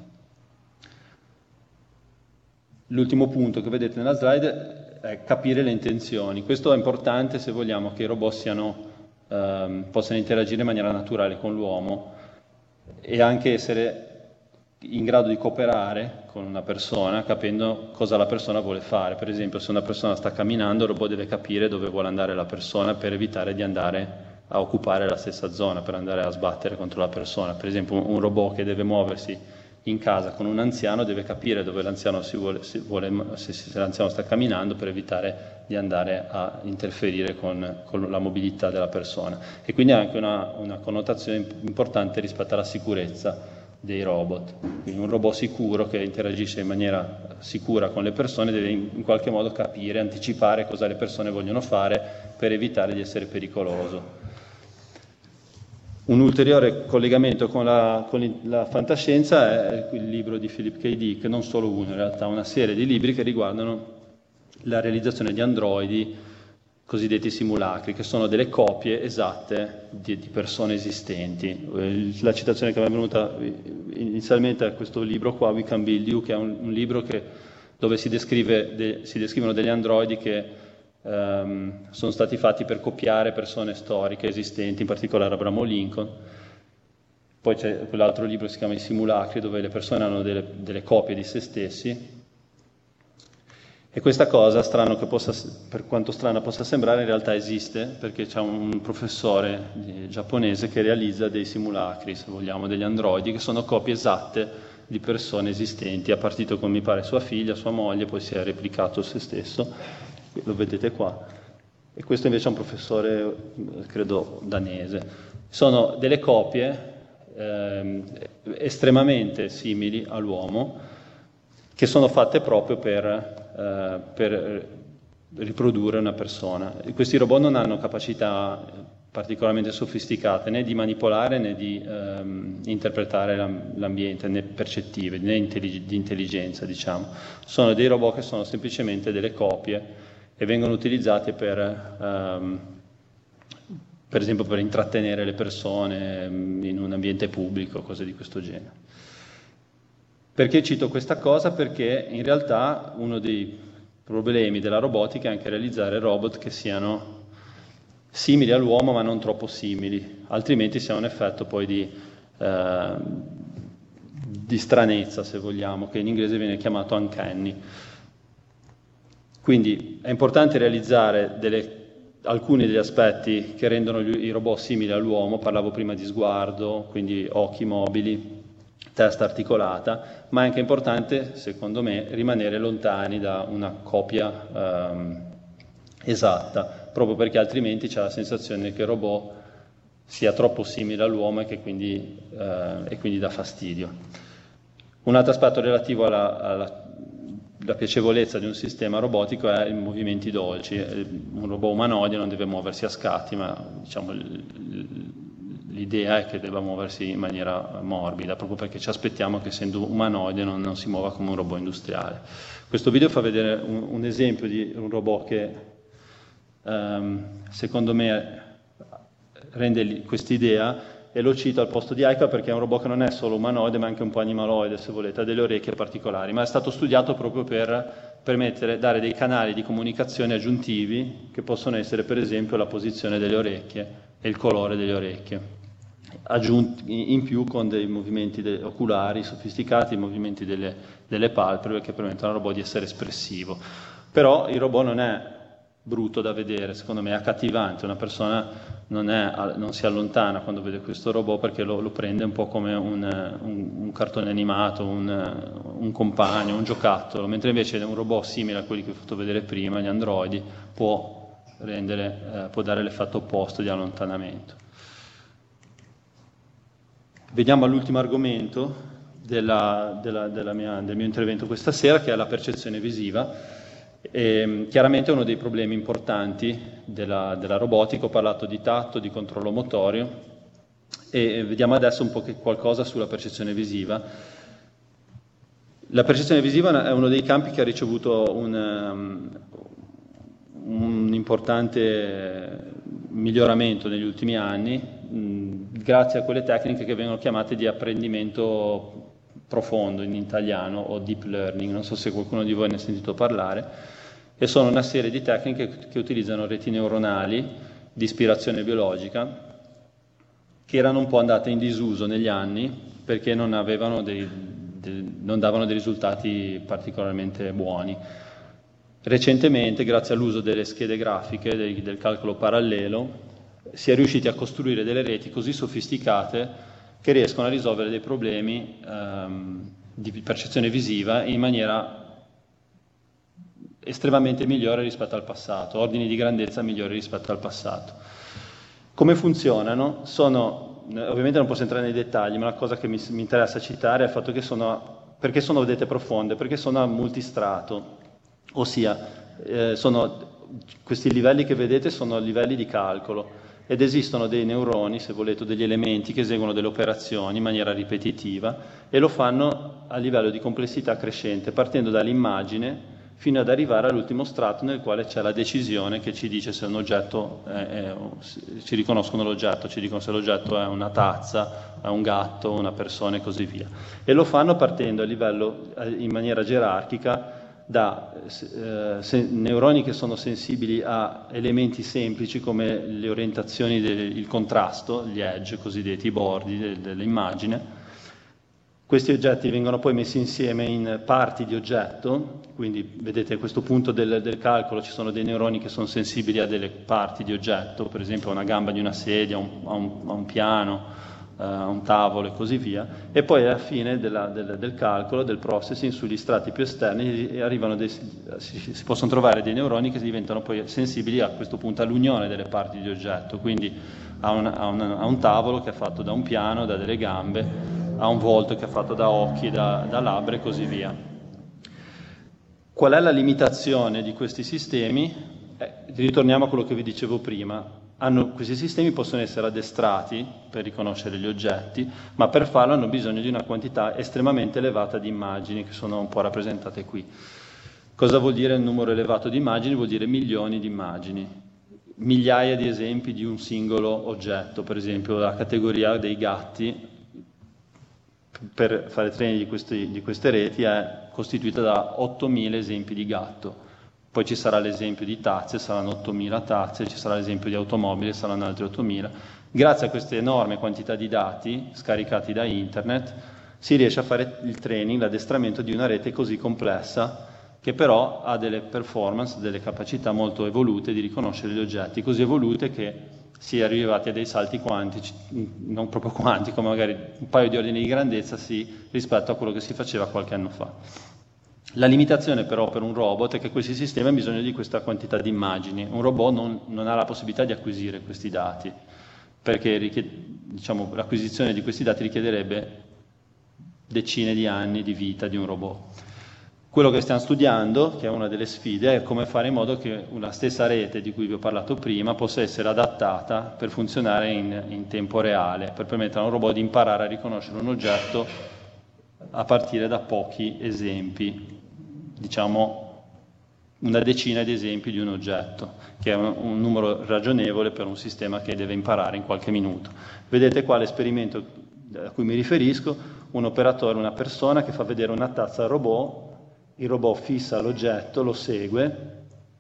C: L'ultimo punto che vedete nella slide è capire le intenzioni. Questo è importante se vogliamo che i robot siano, ehm, possano interagire in maniera naturale con l'uomo e anche essere in grado di cooperare con una persona, capendo cosa la persona vuole fare. Per esempio, se una persona sta camminando, il robot deve capire dove vuole andare la persona per evitare di andare a occupare la stessa zona, per andare a sbattere contro la persona. Per esempio, un robot che deve muoversi in casa con un anziano deve capire dove l'anziano si vuole, si vuole se, se l'anziano sta camminando, per evitare di andare a interferire con, con la mobilità della persona. E quindi ha anche una, una connotazione importante rispetto alla sicurezza dei robot. Quindi un robot sicuro che interagisce in maniera sicura con le persone deve in, in qualche modo capire, anticipare cosa le persone vogliono fare per evitare di essere pericoloso. Un ulteriore collegamento con la, con la fantascienza è il libro di Philip K. Dick, non solo uno, in realtà una serie di libri che riguardano la realizzazione di androidi cosiddetti simulacri, che sono delle copie esatte di, di persone esistenti. La citazione che mi è venuta inizialmente è questo libro qua, We Can Build You, che è un, un libro che, dove si, descrive de, si descrivono degli androidi che um, sono stati fatti per copiare persone storiche esistenti, in particolare Abramo Lincoln. Poi c'è quell'altro libro che si chiama I simulacri, dove le persone hanno delle, delle copie di se stessi. E questa cosa, strano che possa, per quanto strana possa sembrare, in realtà esiste, perché c'è un professore giapponese che realizza dei simulacri, se vogliamo, degli androidi, che sono copie esatte di persone esistenti. Ha partito con, mi pare, sua figlia, sua moglie, poi si è replicato se stesso, lo vedete qua. E questo invece è un professore, credo, danese. Sono delle copie eh, estremamente simili all'uomo, che sono fatte proprio per... Uh, per riprodurre una persona. Questi robot non hanno capacità particolarmente sofisticate né di manipolare né di um, interpretare l'ambiente, né percettive, né intellig- di intelligenza, diciamo. Sono dei robot che sono semplicemente delle copie e vengono utilizzati per, um, per esempio, per intrattenere le persone in un ambiente pubblico, cose di questo genere. Perché cito questa cosa? Perché in realtà uno dei problemi della robotica è anche realizzare robot che siano simili all'uomo ma non troppo simili, altrimenti si ha un effetto poi di, eh, di stranezza, se vogliamo, che in inglese viene chiamato uncanny. Quindi è importante realizzare delle, alcuni degli aspetti che rendono gli, i robot simili all'uomo. Parlavo prima di sguardo, quindi occhi mobili, testa articolata, ma è anche importante, secondo me, rimanere lontani da una copia ehm, esatta, proprio perché altrimenti c'è la sensazione che il robot sia troppo simile all'uomo e che quindi, eh, e quindi dà fastidio. Un altro aspetto relativo alla, alla, alla piacevolezza di un sistema robotico è i movimenti dolci. Un robot umanoide non deve muoversi a scatti, ma diciamo l'idea è che debba muoversi in maniera morbida, proprio perché ci aspettiamo che, essendo umanoide, non, non si muova come un robot industriale. Questo video fa vedere un, un esempio di un robot che, um, secondo me, rende quest'idea, e lo cito al posto di Aika perché è un robot che non è solo umanoide, ma anche un po' animaloide, se volete, ha delle orecchie particolari, ma è stato studiato proprio per permettere, dare dei canali di comunicazione aggiuntivi, che possono essere, per esempio, la posizione delle orecchie e il colore delle orecchie, aggiunti in più con dei movimenti de- oculari sofisticati, movimenti delle, delle palpebre che permettono al robot di essere espressivo. Però il robot non è brutto da vedere, secondo me è accattivante. Una persona non, è, non si allontana quando vede questo robot, perché lo, lo prende un po' come un, un, un cartone animato, un, un compagno, un giocattolo, mentre invece un robot simile a quelli che ho fatto vedere prima, gli androidi, può, rendere, eh, può dare l'effetto opposto di allontanamento. Veniamo all'ultimo argomento della, della, della mia, del mio intervento questa sera, che è la percezione visiva. E, chiaramente è uno dei problemi importanti della, della robotica. Ho parlato di tatto, di controllo motorio, e vediamo adesso un po' che qualcosa sulla percezione visiva. La percezione visiva è uno dei campi che ha ricevuto un, um, un importante miglioramento negli ultimi anni, mh, grazie a quelle tecniche che vengono chiamate di apprendimento profondo in italiano, o deep learning. Non so se qualcuno di voi ne ha sentito parlare, e sono una serie di tecniche che utilizzano reti neuronali di ispirazione biologica, che erano un po' andate in disuso negli anni perché non avevano dei, dei, non davano dei risultati particolarmente buoni. Recentemente, grazie all'uso delle schede grafiche, del, del calcolo parallelo, si è riusciti a costruire delle reti così sofisticate che riescono a risolvere dei problemi ehm, di percezione visiva in maniera estremamente migliore rispetto al passato, ordini di grandezza migliori rispetto al passato. Come funzionano? Sono, ovviamente non posso entrare nei dettagli, ma la cosa che mi, mi interessa citare è il fatto che sono, perché sono vedete profonde, perché sono a multistrato, ossia eh, sono, questi livelli che vedete sono livelli di calcolo, ed esistono dei neuroni, se volete, degli elementi che eseguono delle operazioni in maniera ripetitiva, e lo fanno a livello di complessità crescente, partendo dall'immagine fino ad arrivare all'ultimo strato, nel quale c'è la decisione che ci dice se un oggetto è, è, ci riconoscono l'oggetto, ci dicono se l'oggetto è una tazza, è un gatto, una persona e così via. E lo fanno partendo a livello, in maniera gerarchica, da eh, se, neuroni che sono sensibili a elementi semplici come le orientazioni, del, il contrasto, gli edge cosiddetti, i bordi de, dell'immagine, Questi oggetti vengono poi messi insieme in parti di oggetto, quindi vedete a questo punto del, del calcolo ci sono dei neuroni che sono sensibili a delle parti di oggetto, per esempio a una gamba di una sedia, a un, a un, a un piano, uh, a un tavolo e così via, e poi alla fine della, del, del calcolo, del processing, sugli strati più esterni arrivano dei, si, si possono trovare dei neuroni che diventano poi sensibili a questo punto all'unione delle parti di oggetto, quindi a un, a, un, a un tavolo che è fatto da un piano, da delle gambe, a un volto che è fatto da occhi, da, da labbra e così via. Qual è la limitazione di questi sistemi? Eh, ritorniamo a quello che vi dicevo prima. Hanno, questi sistemi possono essere addestrati per riconoscere gli oggetti, ma per farlo hanno bisogno di una quantità estremamente elevata di immagini, che sono un po' rappresentate qui. Cosa vuol dire il numero elevato di immagini? Vuol dire milioni di immagini, migliaia di esempi di un singolo oggetto. Per esempio la categoria dei gatti, per fare training di, questi, di queste reti, è costituita da ottomila esempi di gatto. Poi ci sarà l'esempio di tazze, saranno ottomila tazze, ci sarà l'esempio di automobili, saranno altri ottomila. Grazie a queste enorme quantità di dati scaricati da internet si riesce a fare il training, l'addestramento di una rete così complessa, che però ha delle performance, delle capacità molto evolute di riconoscere gli oggetti, così evolute che si è arrivati a dei salti quantici, non proprio quantici, come magari un paio di ordini di grandezza sì, rispetto a quello che si faceva qualche anno fa. La limitazione però per un robot è che questi sistemi hanno bisogno di questa quantità di immagini. Un robot non, non ha la possibilità di acquisire questi dati, perché richied- diciamo, l'acquisizione di questi dati richiederebbe decine di anni di vita di un robot. Quello che stiamo studiando, che è una delle sfide, è come fare in modo che una stessa rete di cui vi ho parlato prima possa essere adattata per funzionare in, in tempo reale, per permettere a un robot di imparare a riconoscere un oggetto a partire da pochi esempi, diciamo una decina di esempi di un oggetto, che è un, un numero ragionevole per un sistema che deve imparare in qualche minuto. Vedete qua l'esperimento a cui mi riferisco, un operatore, una persona che fa vedere una tazza al robot. Il robot fissa l'oggetto, lo segue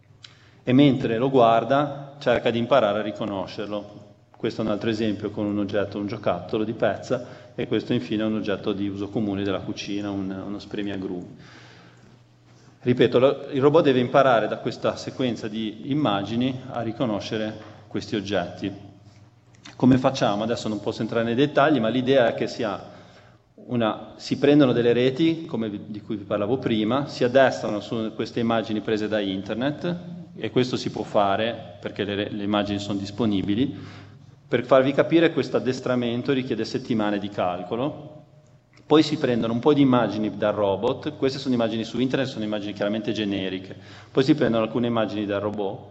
C: e mentre lo guarda cerca di imparare a riconoscerlo. Questo è un altro esempio con un oggetto, un giocattolo di pezza, e questo infine è un oggetto di uso comune della cucina, un, uno spremiagrumi. Ripeto, lo, il robot deve imparare da questa sequenza di immagini a riconoscere questi oggetti. Come facciamo? Adesso non posso entrare nei dettagli, ma l'idea è che sia Una, si prendono delle reti, come vi, di cui vi parlavo prima, si addestrano su queste immagini prese da internet, e questo si può fare perché le, le immagini sono disponibili. Per farvi capire, questo addestramento richiede settimane di calcolo. Poi si prendono un po' di immagini dal robot, queste sono immagini su internet, sono immagini chiaramente generiche. Poi si prendono alcune immagini dal robot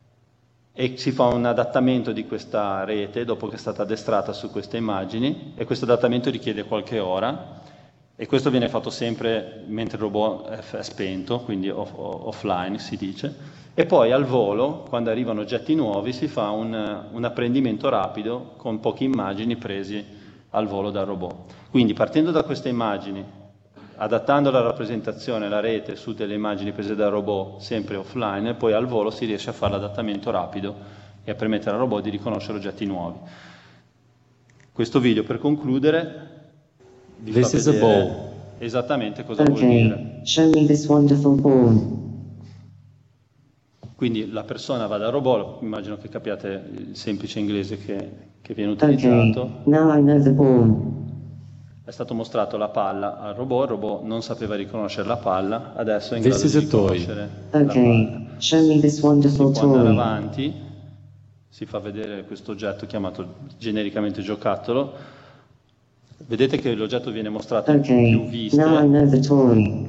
C: e si fa un adattamento di questa rete dopo che è stata addestrata su queste immagini, e questo adattamento richiede qualche ora, e questo viene fatto sempre mentre il robot è spento, quindi off, offline si dice, e poi al volo, quando arrivano oggetti nuovi, si fa un, un apprendimento rapido con poche immagini presi al volo dal robot. Quindi partendo da queste immagini, adattando la rappresentazione, la rete su delle immagini prese dal robot sempre offline, e poi al volo si riesce a fare l'adattamento rapido e a permettere al robot di riconoscere oggetti nuovi. Questo video, per concludere, vi
D: This
C: fa
D: is a
C: vedere
D: ball.
C: esattamente cosa vuol dire.
E: Okay, show me this wonderful ball.
C: Quindi la persona va dal robot, immagino che capiate il semplice inglese che, che viene utilizzato.
E: Okay, now I know the ball.
C: È stato mostrato la palla al robot, il robot non sapeva riconoscere la palla, adesso è in
D: This
C: grado
D: is
C: di
D: a toy.
C: riconoscere la palla.
E: Okay, show me this wonderful
C: Si può andare
E: toy.
C: avanti, si fa vedere questo oggetto chiamato genericamente giocattolo. Vedete che l'oggetto viene mostrato in più
E: Okay,
C: viste.
E: now I know the toy.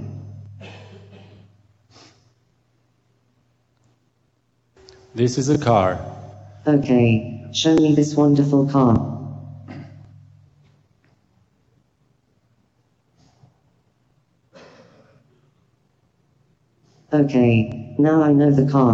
D: This is a car.
E: Okay, show me this wonderful car. Okay, now I know the car.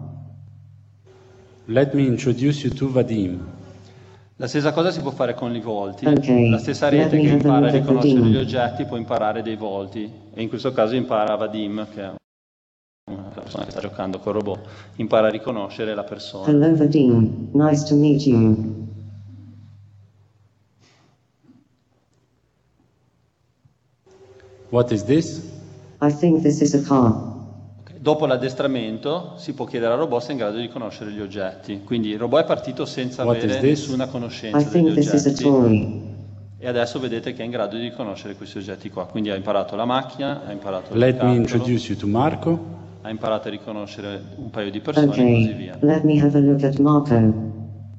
D: Let me introduce you to Vadim.
C: La stessa cosa si può fare con i volti.
E: Ok,
C: La stessa
E: let
C: rete
E: me
C: che
E: have
C: impara a
E: another
C: riconoscere
E: Vadim.
C: gli oggetti può imparare dei volti, e in questo caso impara Vadim, che è una persona che sta giocando col robot, impara a riconoscere la persona.
E: Hello Vadim, nice to meet you.
D: What is this?
E: I think this is a car.
C: Ok, dopo l'addestramento si può chiedere al robot se è in grado di riconoscere gli oggetti. Quindi il robot è partito senza
D: What
C: avere
D: is this?
C: nessuna conoscenza
E: I think
C: degli
E: this is a
C: oggetti.
E: toy.
C: E adesso vedete che è in grado di riconoscere questi oggetti qua. Quindi ha imparato la macchina, ha imparato il
D: Let me
C: giocattolo,
D: introduce you to Marco.
C: ha imparato a riconoscere un paio di persone e così
E: Okay,
C: via.
E: let me have a look at Marco.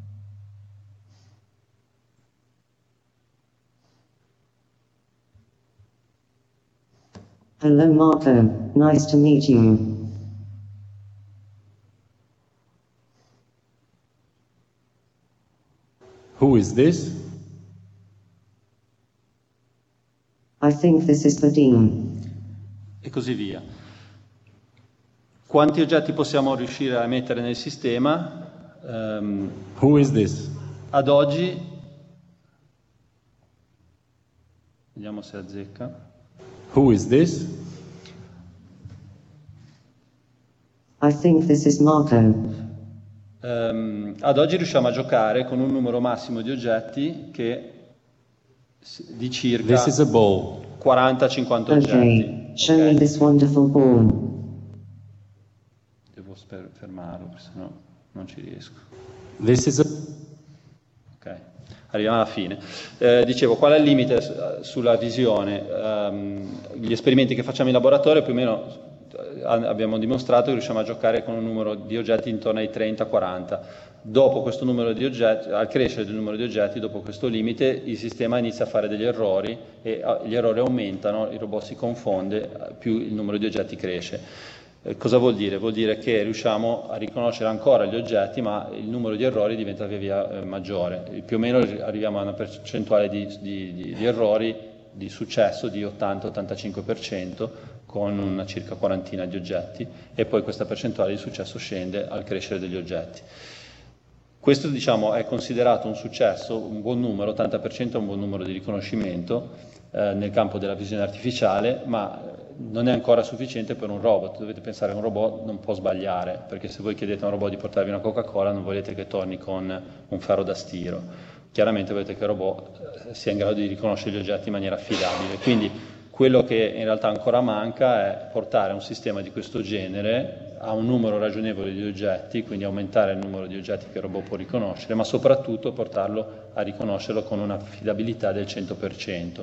E: Hello Marco, nice to meet you.
D: Who is this?
E: I think this is Vadim.
C: E così via. Quanti oggetti possiamo riuscire a mettere nel sistema? Ehm,
D: Who is this?
C: ad oggi, vediamo se azzecca.
D: Who is this?
E: I think this is Marco.
C: Ehm, ad oggi riusciamo a giocare con un numero massimo di oggetti che s- di circa
D: This is a ball.
C: quaranta cinquanta oggetti.
E: Okay, show me
C: ok?
E: this wonderful ball.
C: Devo sper- fermarlo, perché sennò non ci riesco.
D: This is a...
C: Ok, arriviamo alla fine. Eh, dicevo, qual è il limite s- sulla visione? Ehm, gli esperimenti che facciamo in laboratorio più o meno eh, abbiamo dimostrato che riusciamo a giocare con un numero di oggetti intorno ai trenta quaranta. Dopo questo numero di oggetti, al crescere del numero di oggetti, dopo questo limite, il sistema inizia a fare degli errori e ah, gli errori aumentano, il robot si confonde, eh, più il numero di oggetti cresce. Eh, cosa vuol dire? Vuol dire che riusciamo a riconoscere ancora gli oggetti, ma il numero di errori diventa via via eh, maggiore. E più o meno arriviamo a una percentuale di, di, di, di errori di successo di ottanta ottantacinque per cento con una circa quarantina di oggetti, e poi questa percentuale di successo scende al crescere degli oggetti. Questo, diciamo, è considerato un successo, un buon numero, ottanta per cento è un buon numero di riconoscimento eh, nel campo della visione artificiale, ma non è ancora sufficiente per un robot. Dovete pensare che un robot non può sbagliare, perché se voi chiedete a un robot di portarvi una Coca-Cola non volete che torni con un ferro da stiro. Chiaramente volete che il robot eh, sia in grado di riconoscere gli oggetti in maniera affidabile. Quindi quello che in realtà ancora manca è portare un sistema di questo genere a un numero ragionevole di oggetti, quindi aumentare il numero di oggetti che il robot può riconoscere, ma soprattutto portarlo a riconoscerlo con un'affidabilità del cento per cento,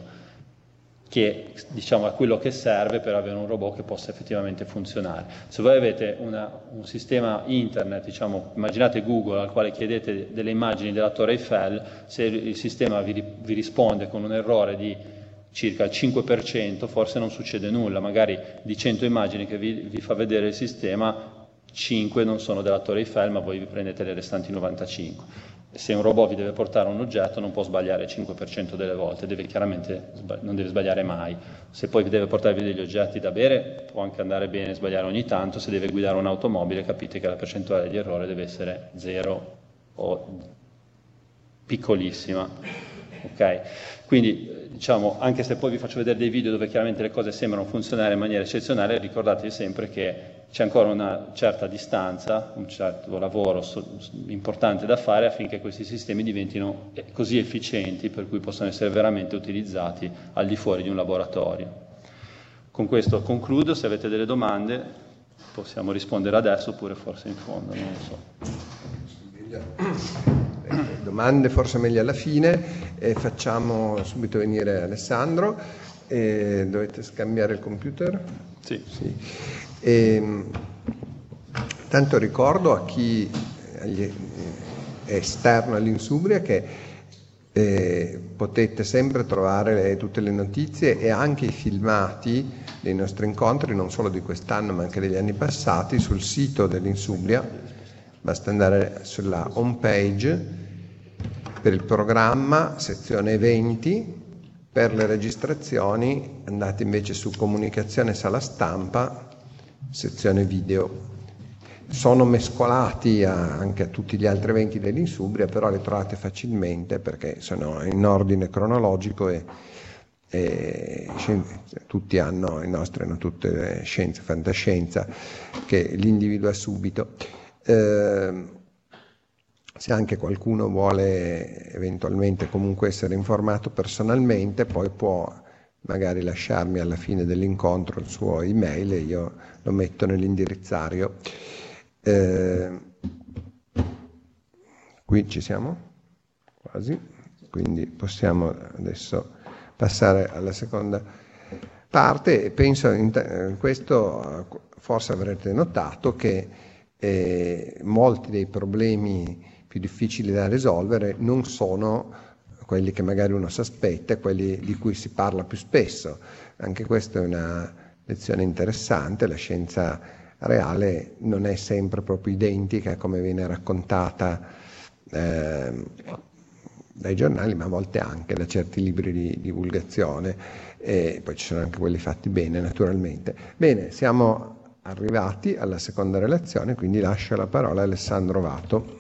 C: che, diciamo, è quello che serve per avere un robot che possa effettivamente funzionare. Se voi avete una, un sistema internet, diciamo, immaginate Google al quale chiedete delle immagini della Torre Eiffel, se il sistema vi, vi risponde con un errore di circa il cinque per cento, forse non succede nulla, magari di cento immagini che vi, vi fa vedere il sistema, cinque non sono della Torre Eiffel, ma voi vi prendete le restanti novantacinque. Se un robot vi deve portare un oggetto non può sbagliare il cinque per cento delle volte, deve chiaramente, non deve sbagliare mai. Se poi deve portarvi degli oggetti da bere, può anche andare bene sbagliare ogni tanto. Se deve guidare un'automobile, capite che la percentuale di errore deve essere zero o piccolissima. Ok? Quindi, diciamo, anche se poi vi faccio vedere dei video dove chiaramente le cose sembrano funzionare in maniera eccezionale, ricordatevi sempre che c'è ancora una certa distanza, un certo lavoro so- importante da fare affinché questi sistemi diventino così efficienti per cui possano essere veramente utilizzati al di fuori di un laboratorio. Con questo concludo. Se avete delle domande possiamo rispondere adesso oppure forse in fondo, non lo so.
B: Domande forse meglio alla fine, e facciamo subito venire Alessandro. E dovete scambiare il computer?
C: Sì.
B: Sì. E, tanto ricordo a chi agli, è esterno all'Insubria che eh, potete sempre trovare le, tutte le notizie e anche i filmati dei nostri incontri, non solo di quest'anno ma anche degli anni passati, sul sito dell'Insubria. Basta andare sulla home page per il programma, sezione eventi. Per le registrazioni andate invece su comunicazione sala stampa, sezione video. Sono mescolati a, anche a tutti gli altri eventi dell'Insubria, però li trovate facilmente perché sono in ordine cronologico e, e tutti hanno, i nostri hanno tutte le scienze, fantascienza, che li individua subito. Eh, Se anche qualcuno vuole eventualmente comunque essere informato personalmente, poi può magari lasciarmi alla fine dell'incontro il suo email e io lo metto nell'indirizzario. Eh, qui ci siamo? Quasi. Quindi possiamo adesso passare alla seconda parte e penso in t- questo forse avrete notato che eh, molti dei problemi più difficili da risolvere non sono quelli che magari uno si aspetta, quelli di cui si parla più spesso. Anche questa è una lezione interessante, la scienza reale non è sempre proprio identica come viene raccontata eh, dai giornali, ma a volte anche da certi libri di divulgazione, e poi ci sono anche quelli fatti bene naturalmente. Bene, siamo arrivati alla seconda relazione, quindi lascio la parola a Alessandro Vato.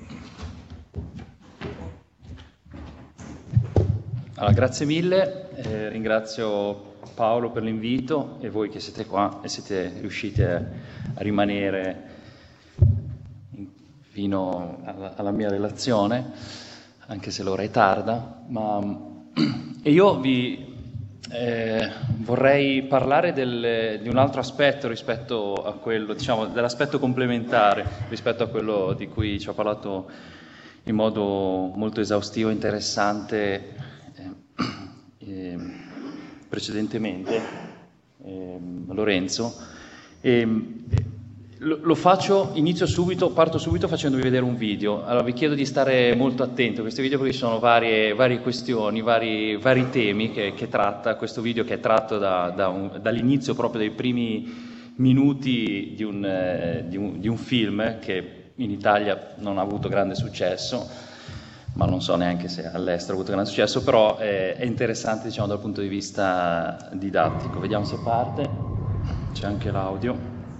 C: Allora, grazie mille, eh, ringrazio Paolo per l'invito e voi che siete qua e siete riusciti a, a rimanere in, fino alla, alla mia relazione, anche se l'ora è tarda, ma e io vi eh, vorrei parlare del, di un altro aspetto rispetto a quello, diciamo, dell'aspetto complementare rispetto a quello di cui ci ha parlato in modo molto esaustivo e interessante Eh, precedentemente eh, Lorenzo. Eh, lo, lo faccio, inizio subito, parto subito facendovi vedere un video. Allora vi chiedo di stare molto attenti a questi video perché ci sono varie, varie questioni, vari, vari temi che, che tratta questo video, che è tratto da, da un, dall'inizio proprio dei primi minuti di un, eh, di, un, di un film che in Italia non ha avuto grande successo, ma non so neanche se all'estero ha avuto grande successo, però è, è interessante, diciamo, dal punto di vista didattico. Vediamo se parte, c'è anche l'audio.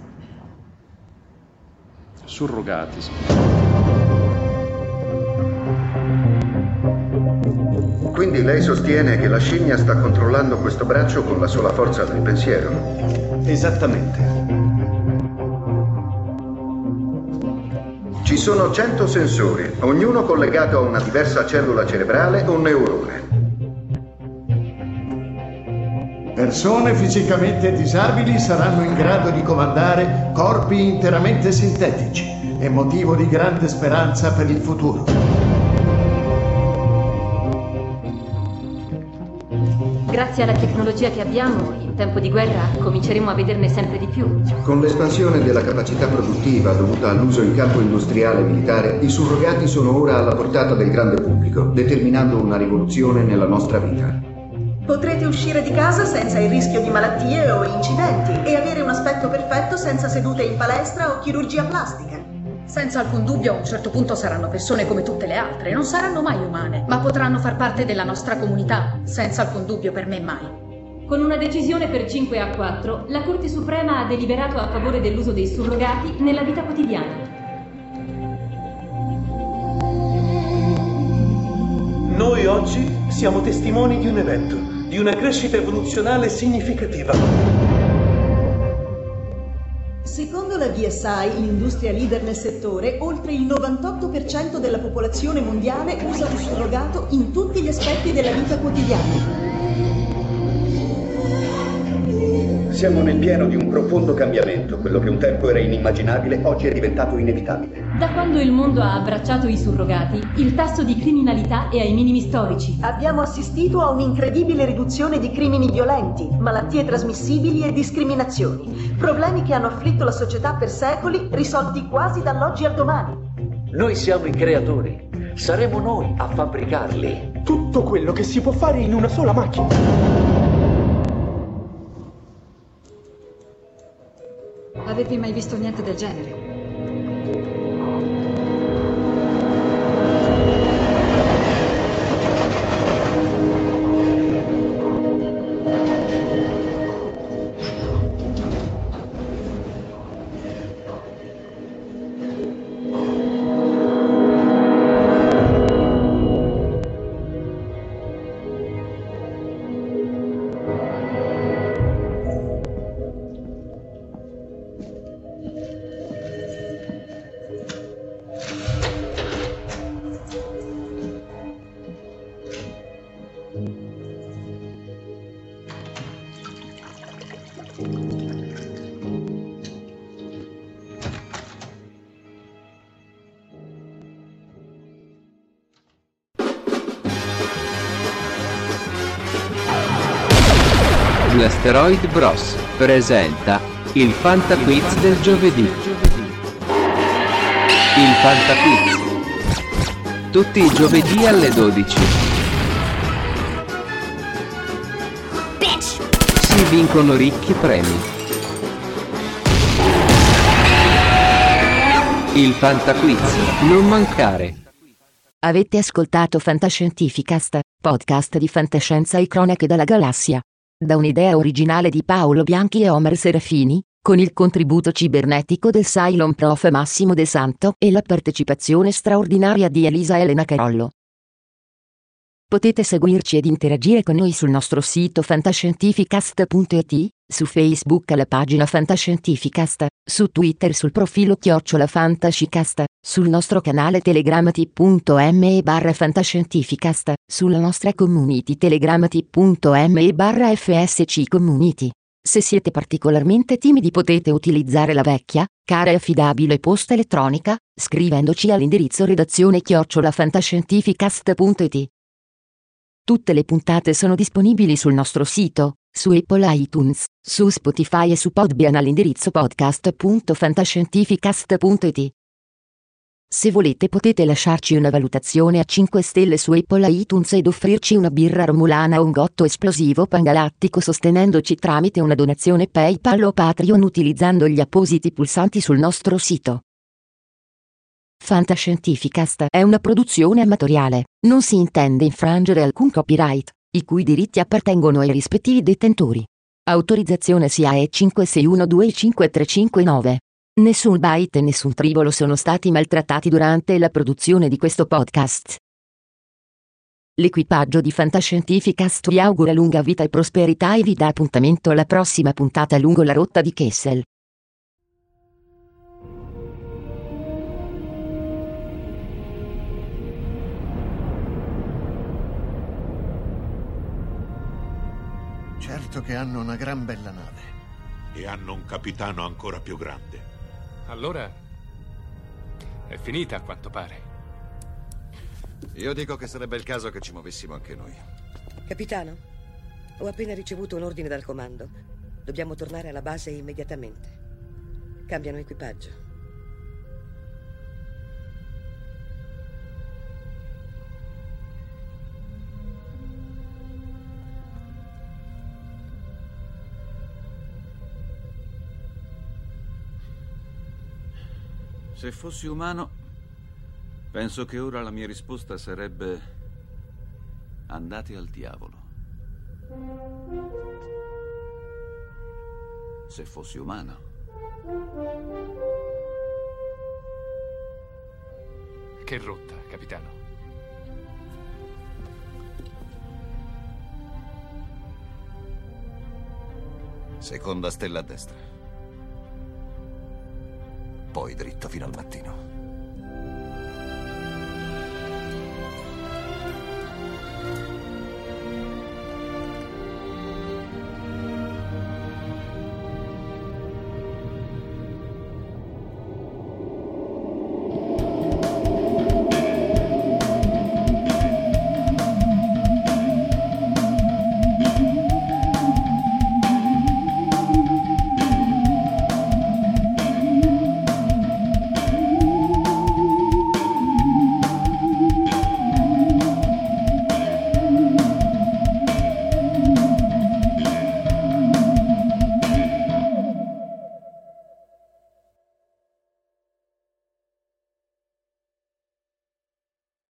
C: Surrogati.
F: Quindi lei sostiene che la scimmia sta controllando questo braccio con la sola forza del pensiero?
G: Esattamente.
F: Ci sono cento sensori, ognuno collegato a una diversa cellula cerebrale o neurone.
G: Persone fisicamente disabili saranno in grado di comandare corpi interamente sintetici. È motivo di grande speranza per il futuro.
H: Grazie alla tecnologia che abbiamo, in tempo di guerra cominceremo a vederne sempre di più.
F: Con l'espansione della capacità produttiva dovuta all'uso in campo industriale e militare, i surrogati sono ora alla portata del grande pubblico, determinando una rivoluzione nella nostra vita.
I: Potrete uscire di casa senza il rischio di malattie o incidenti e avere un aspetto perfetto senza sedute in palestra o chirurgia plastica.
J: Senza alcun dubbio a un certo punto saranno persone come tutte le altre, non saranno mai umane, ma potranno far parte della nostra comunità, senza alcun dubbio per me mai.
H: Con una decisione per cinque a quattro, la Corte Suprema ha deliberato a favore dell'uso dei surrogati nella vita quotidiana.
K: Noi oggi siamo testimoni di un evento, di una crescita evoluzionale significativa.
I: Secondo la B S I, l'industria leader nel settore, oltre il novantotto per cento della popolazione mondiale usa un surrogato in tutti gli aspetti della vita quotidiana.
F: Siamo nel pieno di un profondo cambiamento. Quello che un tempo era inimmaginabile, oggi è diventato inevitabile.
H: Da quando il mondo ha abbracciato i surrogati, il tasso di criminalità è ai minimi storici.
I: Abbiamo assistito a un'incredibile riduzione di crimini violenti, malattie trasmissibili e discriminazioni. Problemi che hanno afflitto la società per secoli, risolti quasi dall'oggi al domani.
L: Noi siamo i creatori. Saremo noi a fabbricarli.
K: Tutto quello che si può fare in una sola macchina.
J: Avete mai visto niente del genere?
M: Blasteroid Bros. Presenta il Fanta Quiz del giovedì. Il Fanta Quiz. Tutti i giovedì alle dodici. Si vincono ricchi premi. Il Fanta Quiz, non mancare.
N: Avete ascoltato Fantascientificast, podcast di fantascienza e cronache dalla galassia. Da un'idea originale di Paolo Bianchi e Omer Serafini, con il contributo cibernetico del Cylon Prof Massimo De Santo e la partecipazione straordinaria di Elisa Elena Carollo. Potete seguirci ed interagire con noi sul nostro sito fantascientificast punto it, su Facebook alla pagina Fantascientificast, su Twitter sul profilo chiocciola Fantascicast, sul nostro canale telegramati.me barra Fantascientificast, sulla nostra community telegramati.me barra fsc community. Se siete particolarmente timidi potete utilizzare la vecchia, cara e affidabile posta elettronica, scrivendoci all'indirizzo redazione chiocciola fantascientificast punto it. Tutte le puntate sono disponibili sul nostro sito, su Apple iTunes, su Spotify e su Podbean all'indirizzo podcast punto fantascientificast punto it. Se volete potete lasciarci una valutazione a cinque stelle su Apple iTunes ed offrirci una birra romulana o un gotto esplosivo pangalattico sostenendoci tramite una donazione PayPal o Patreon utilizzando gli appositi pulsanti sul nostro sito. Fantascientificast è una produzione amatoriale, non si intende infrangere alcun copyright, i cui diritti appartengono ai rispettivi detentori. Autorizzazione S I A E cinque sei uno due cinque tre cinque nove. Nessun byte e nessun tribolo sono stati maltrattati durante la produzione di questo podcast. L'equipaggio di Fantascientificast vi augura lunga vita e prosperità e vi dà appuntamento alla prossima puntata lungo la rotta di Kessel.
G: Certo che hanno una gran bella nave.
O: E hanno un capitano ancora più grande.
P: Allora è finita a quanto pare.
Q: Io dico che sarebbe il caso che ci muovessimo anche noi.
R: Capitano, ho appena ricevuto un ordine dal comando. Dobbiamo tornare alla base immediatamente. Cambiano equipaggio.
S: Se fossi umano, penso che ora la mia risposta sarebbe: andate al diavolo. Se fossi umano.
P: Che rotta, capitano?
Q: Seconda stella a destra. Poi dritto fino al mattino.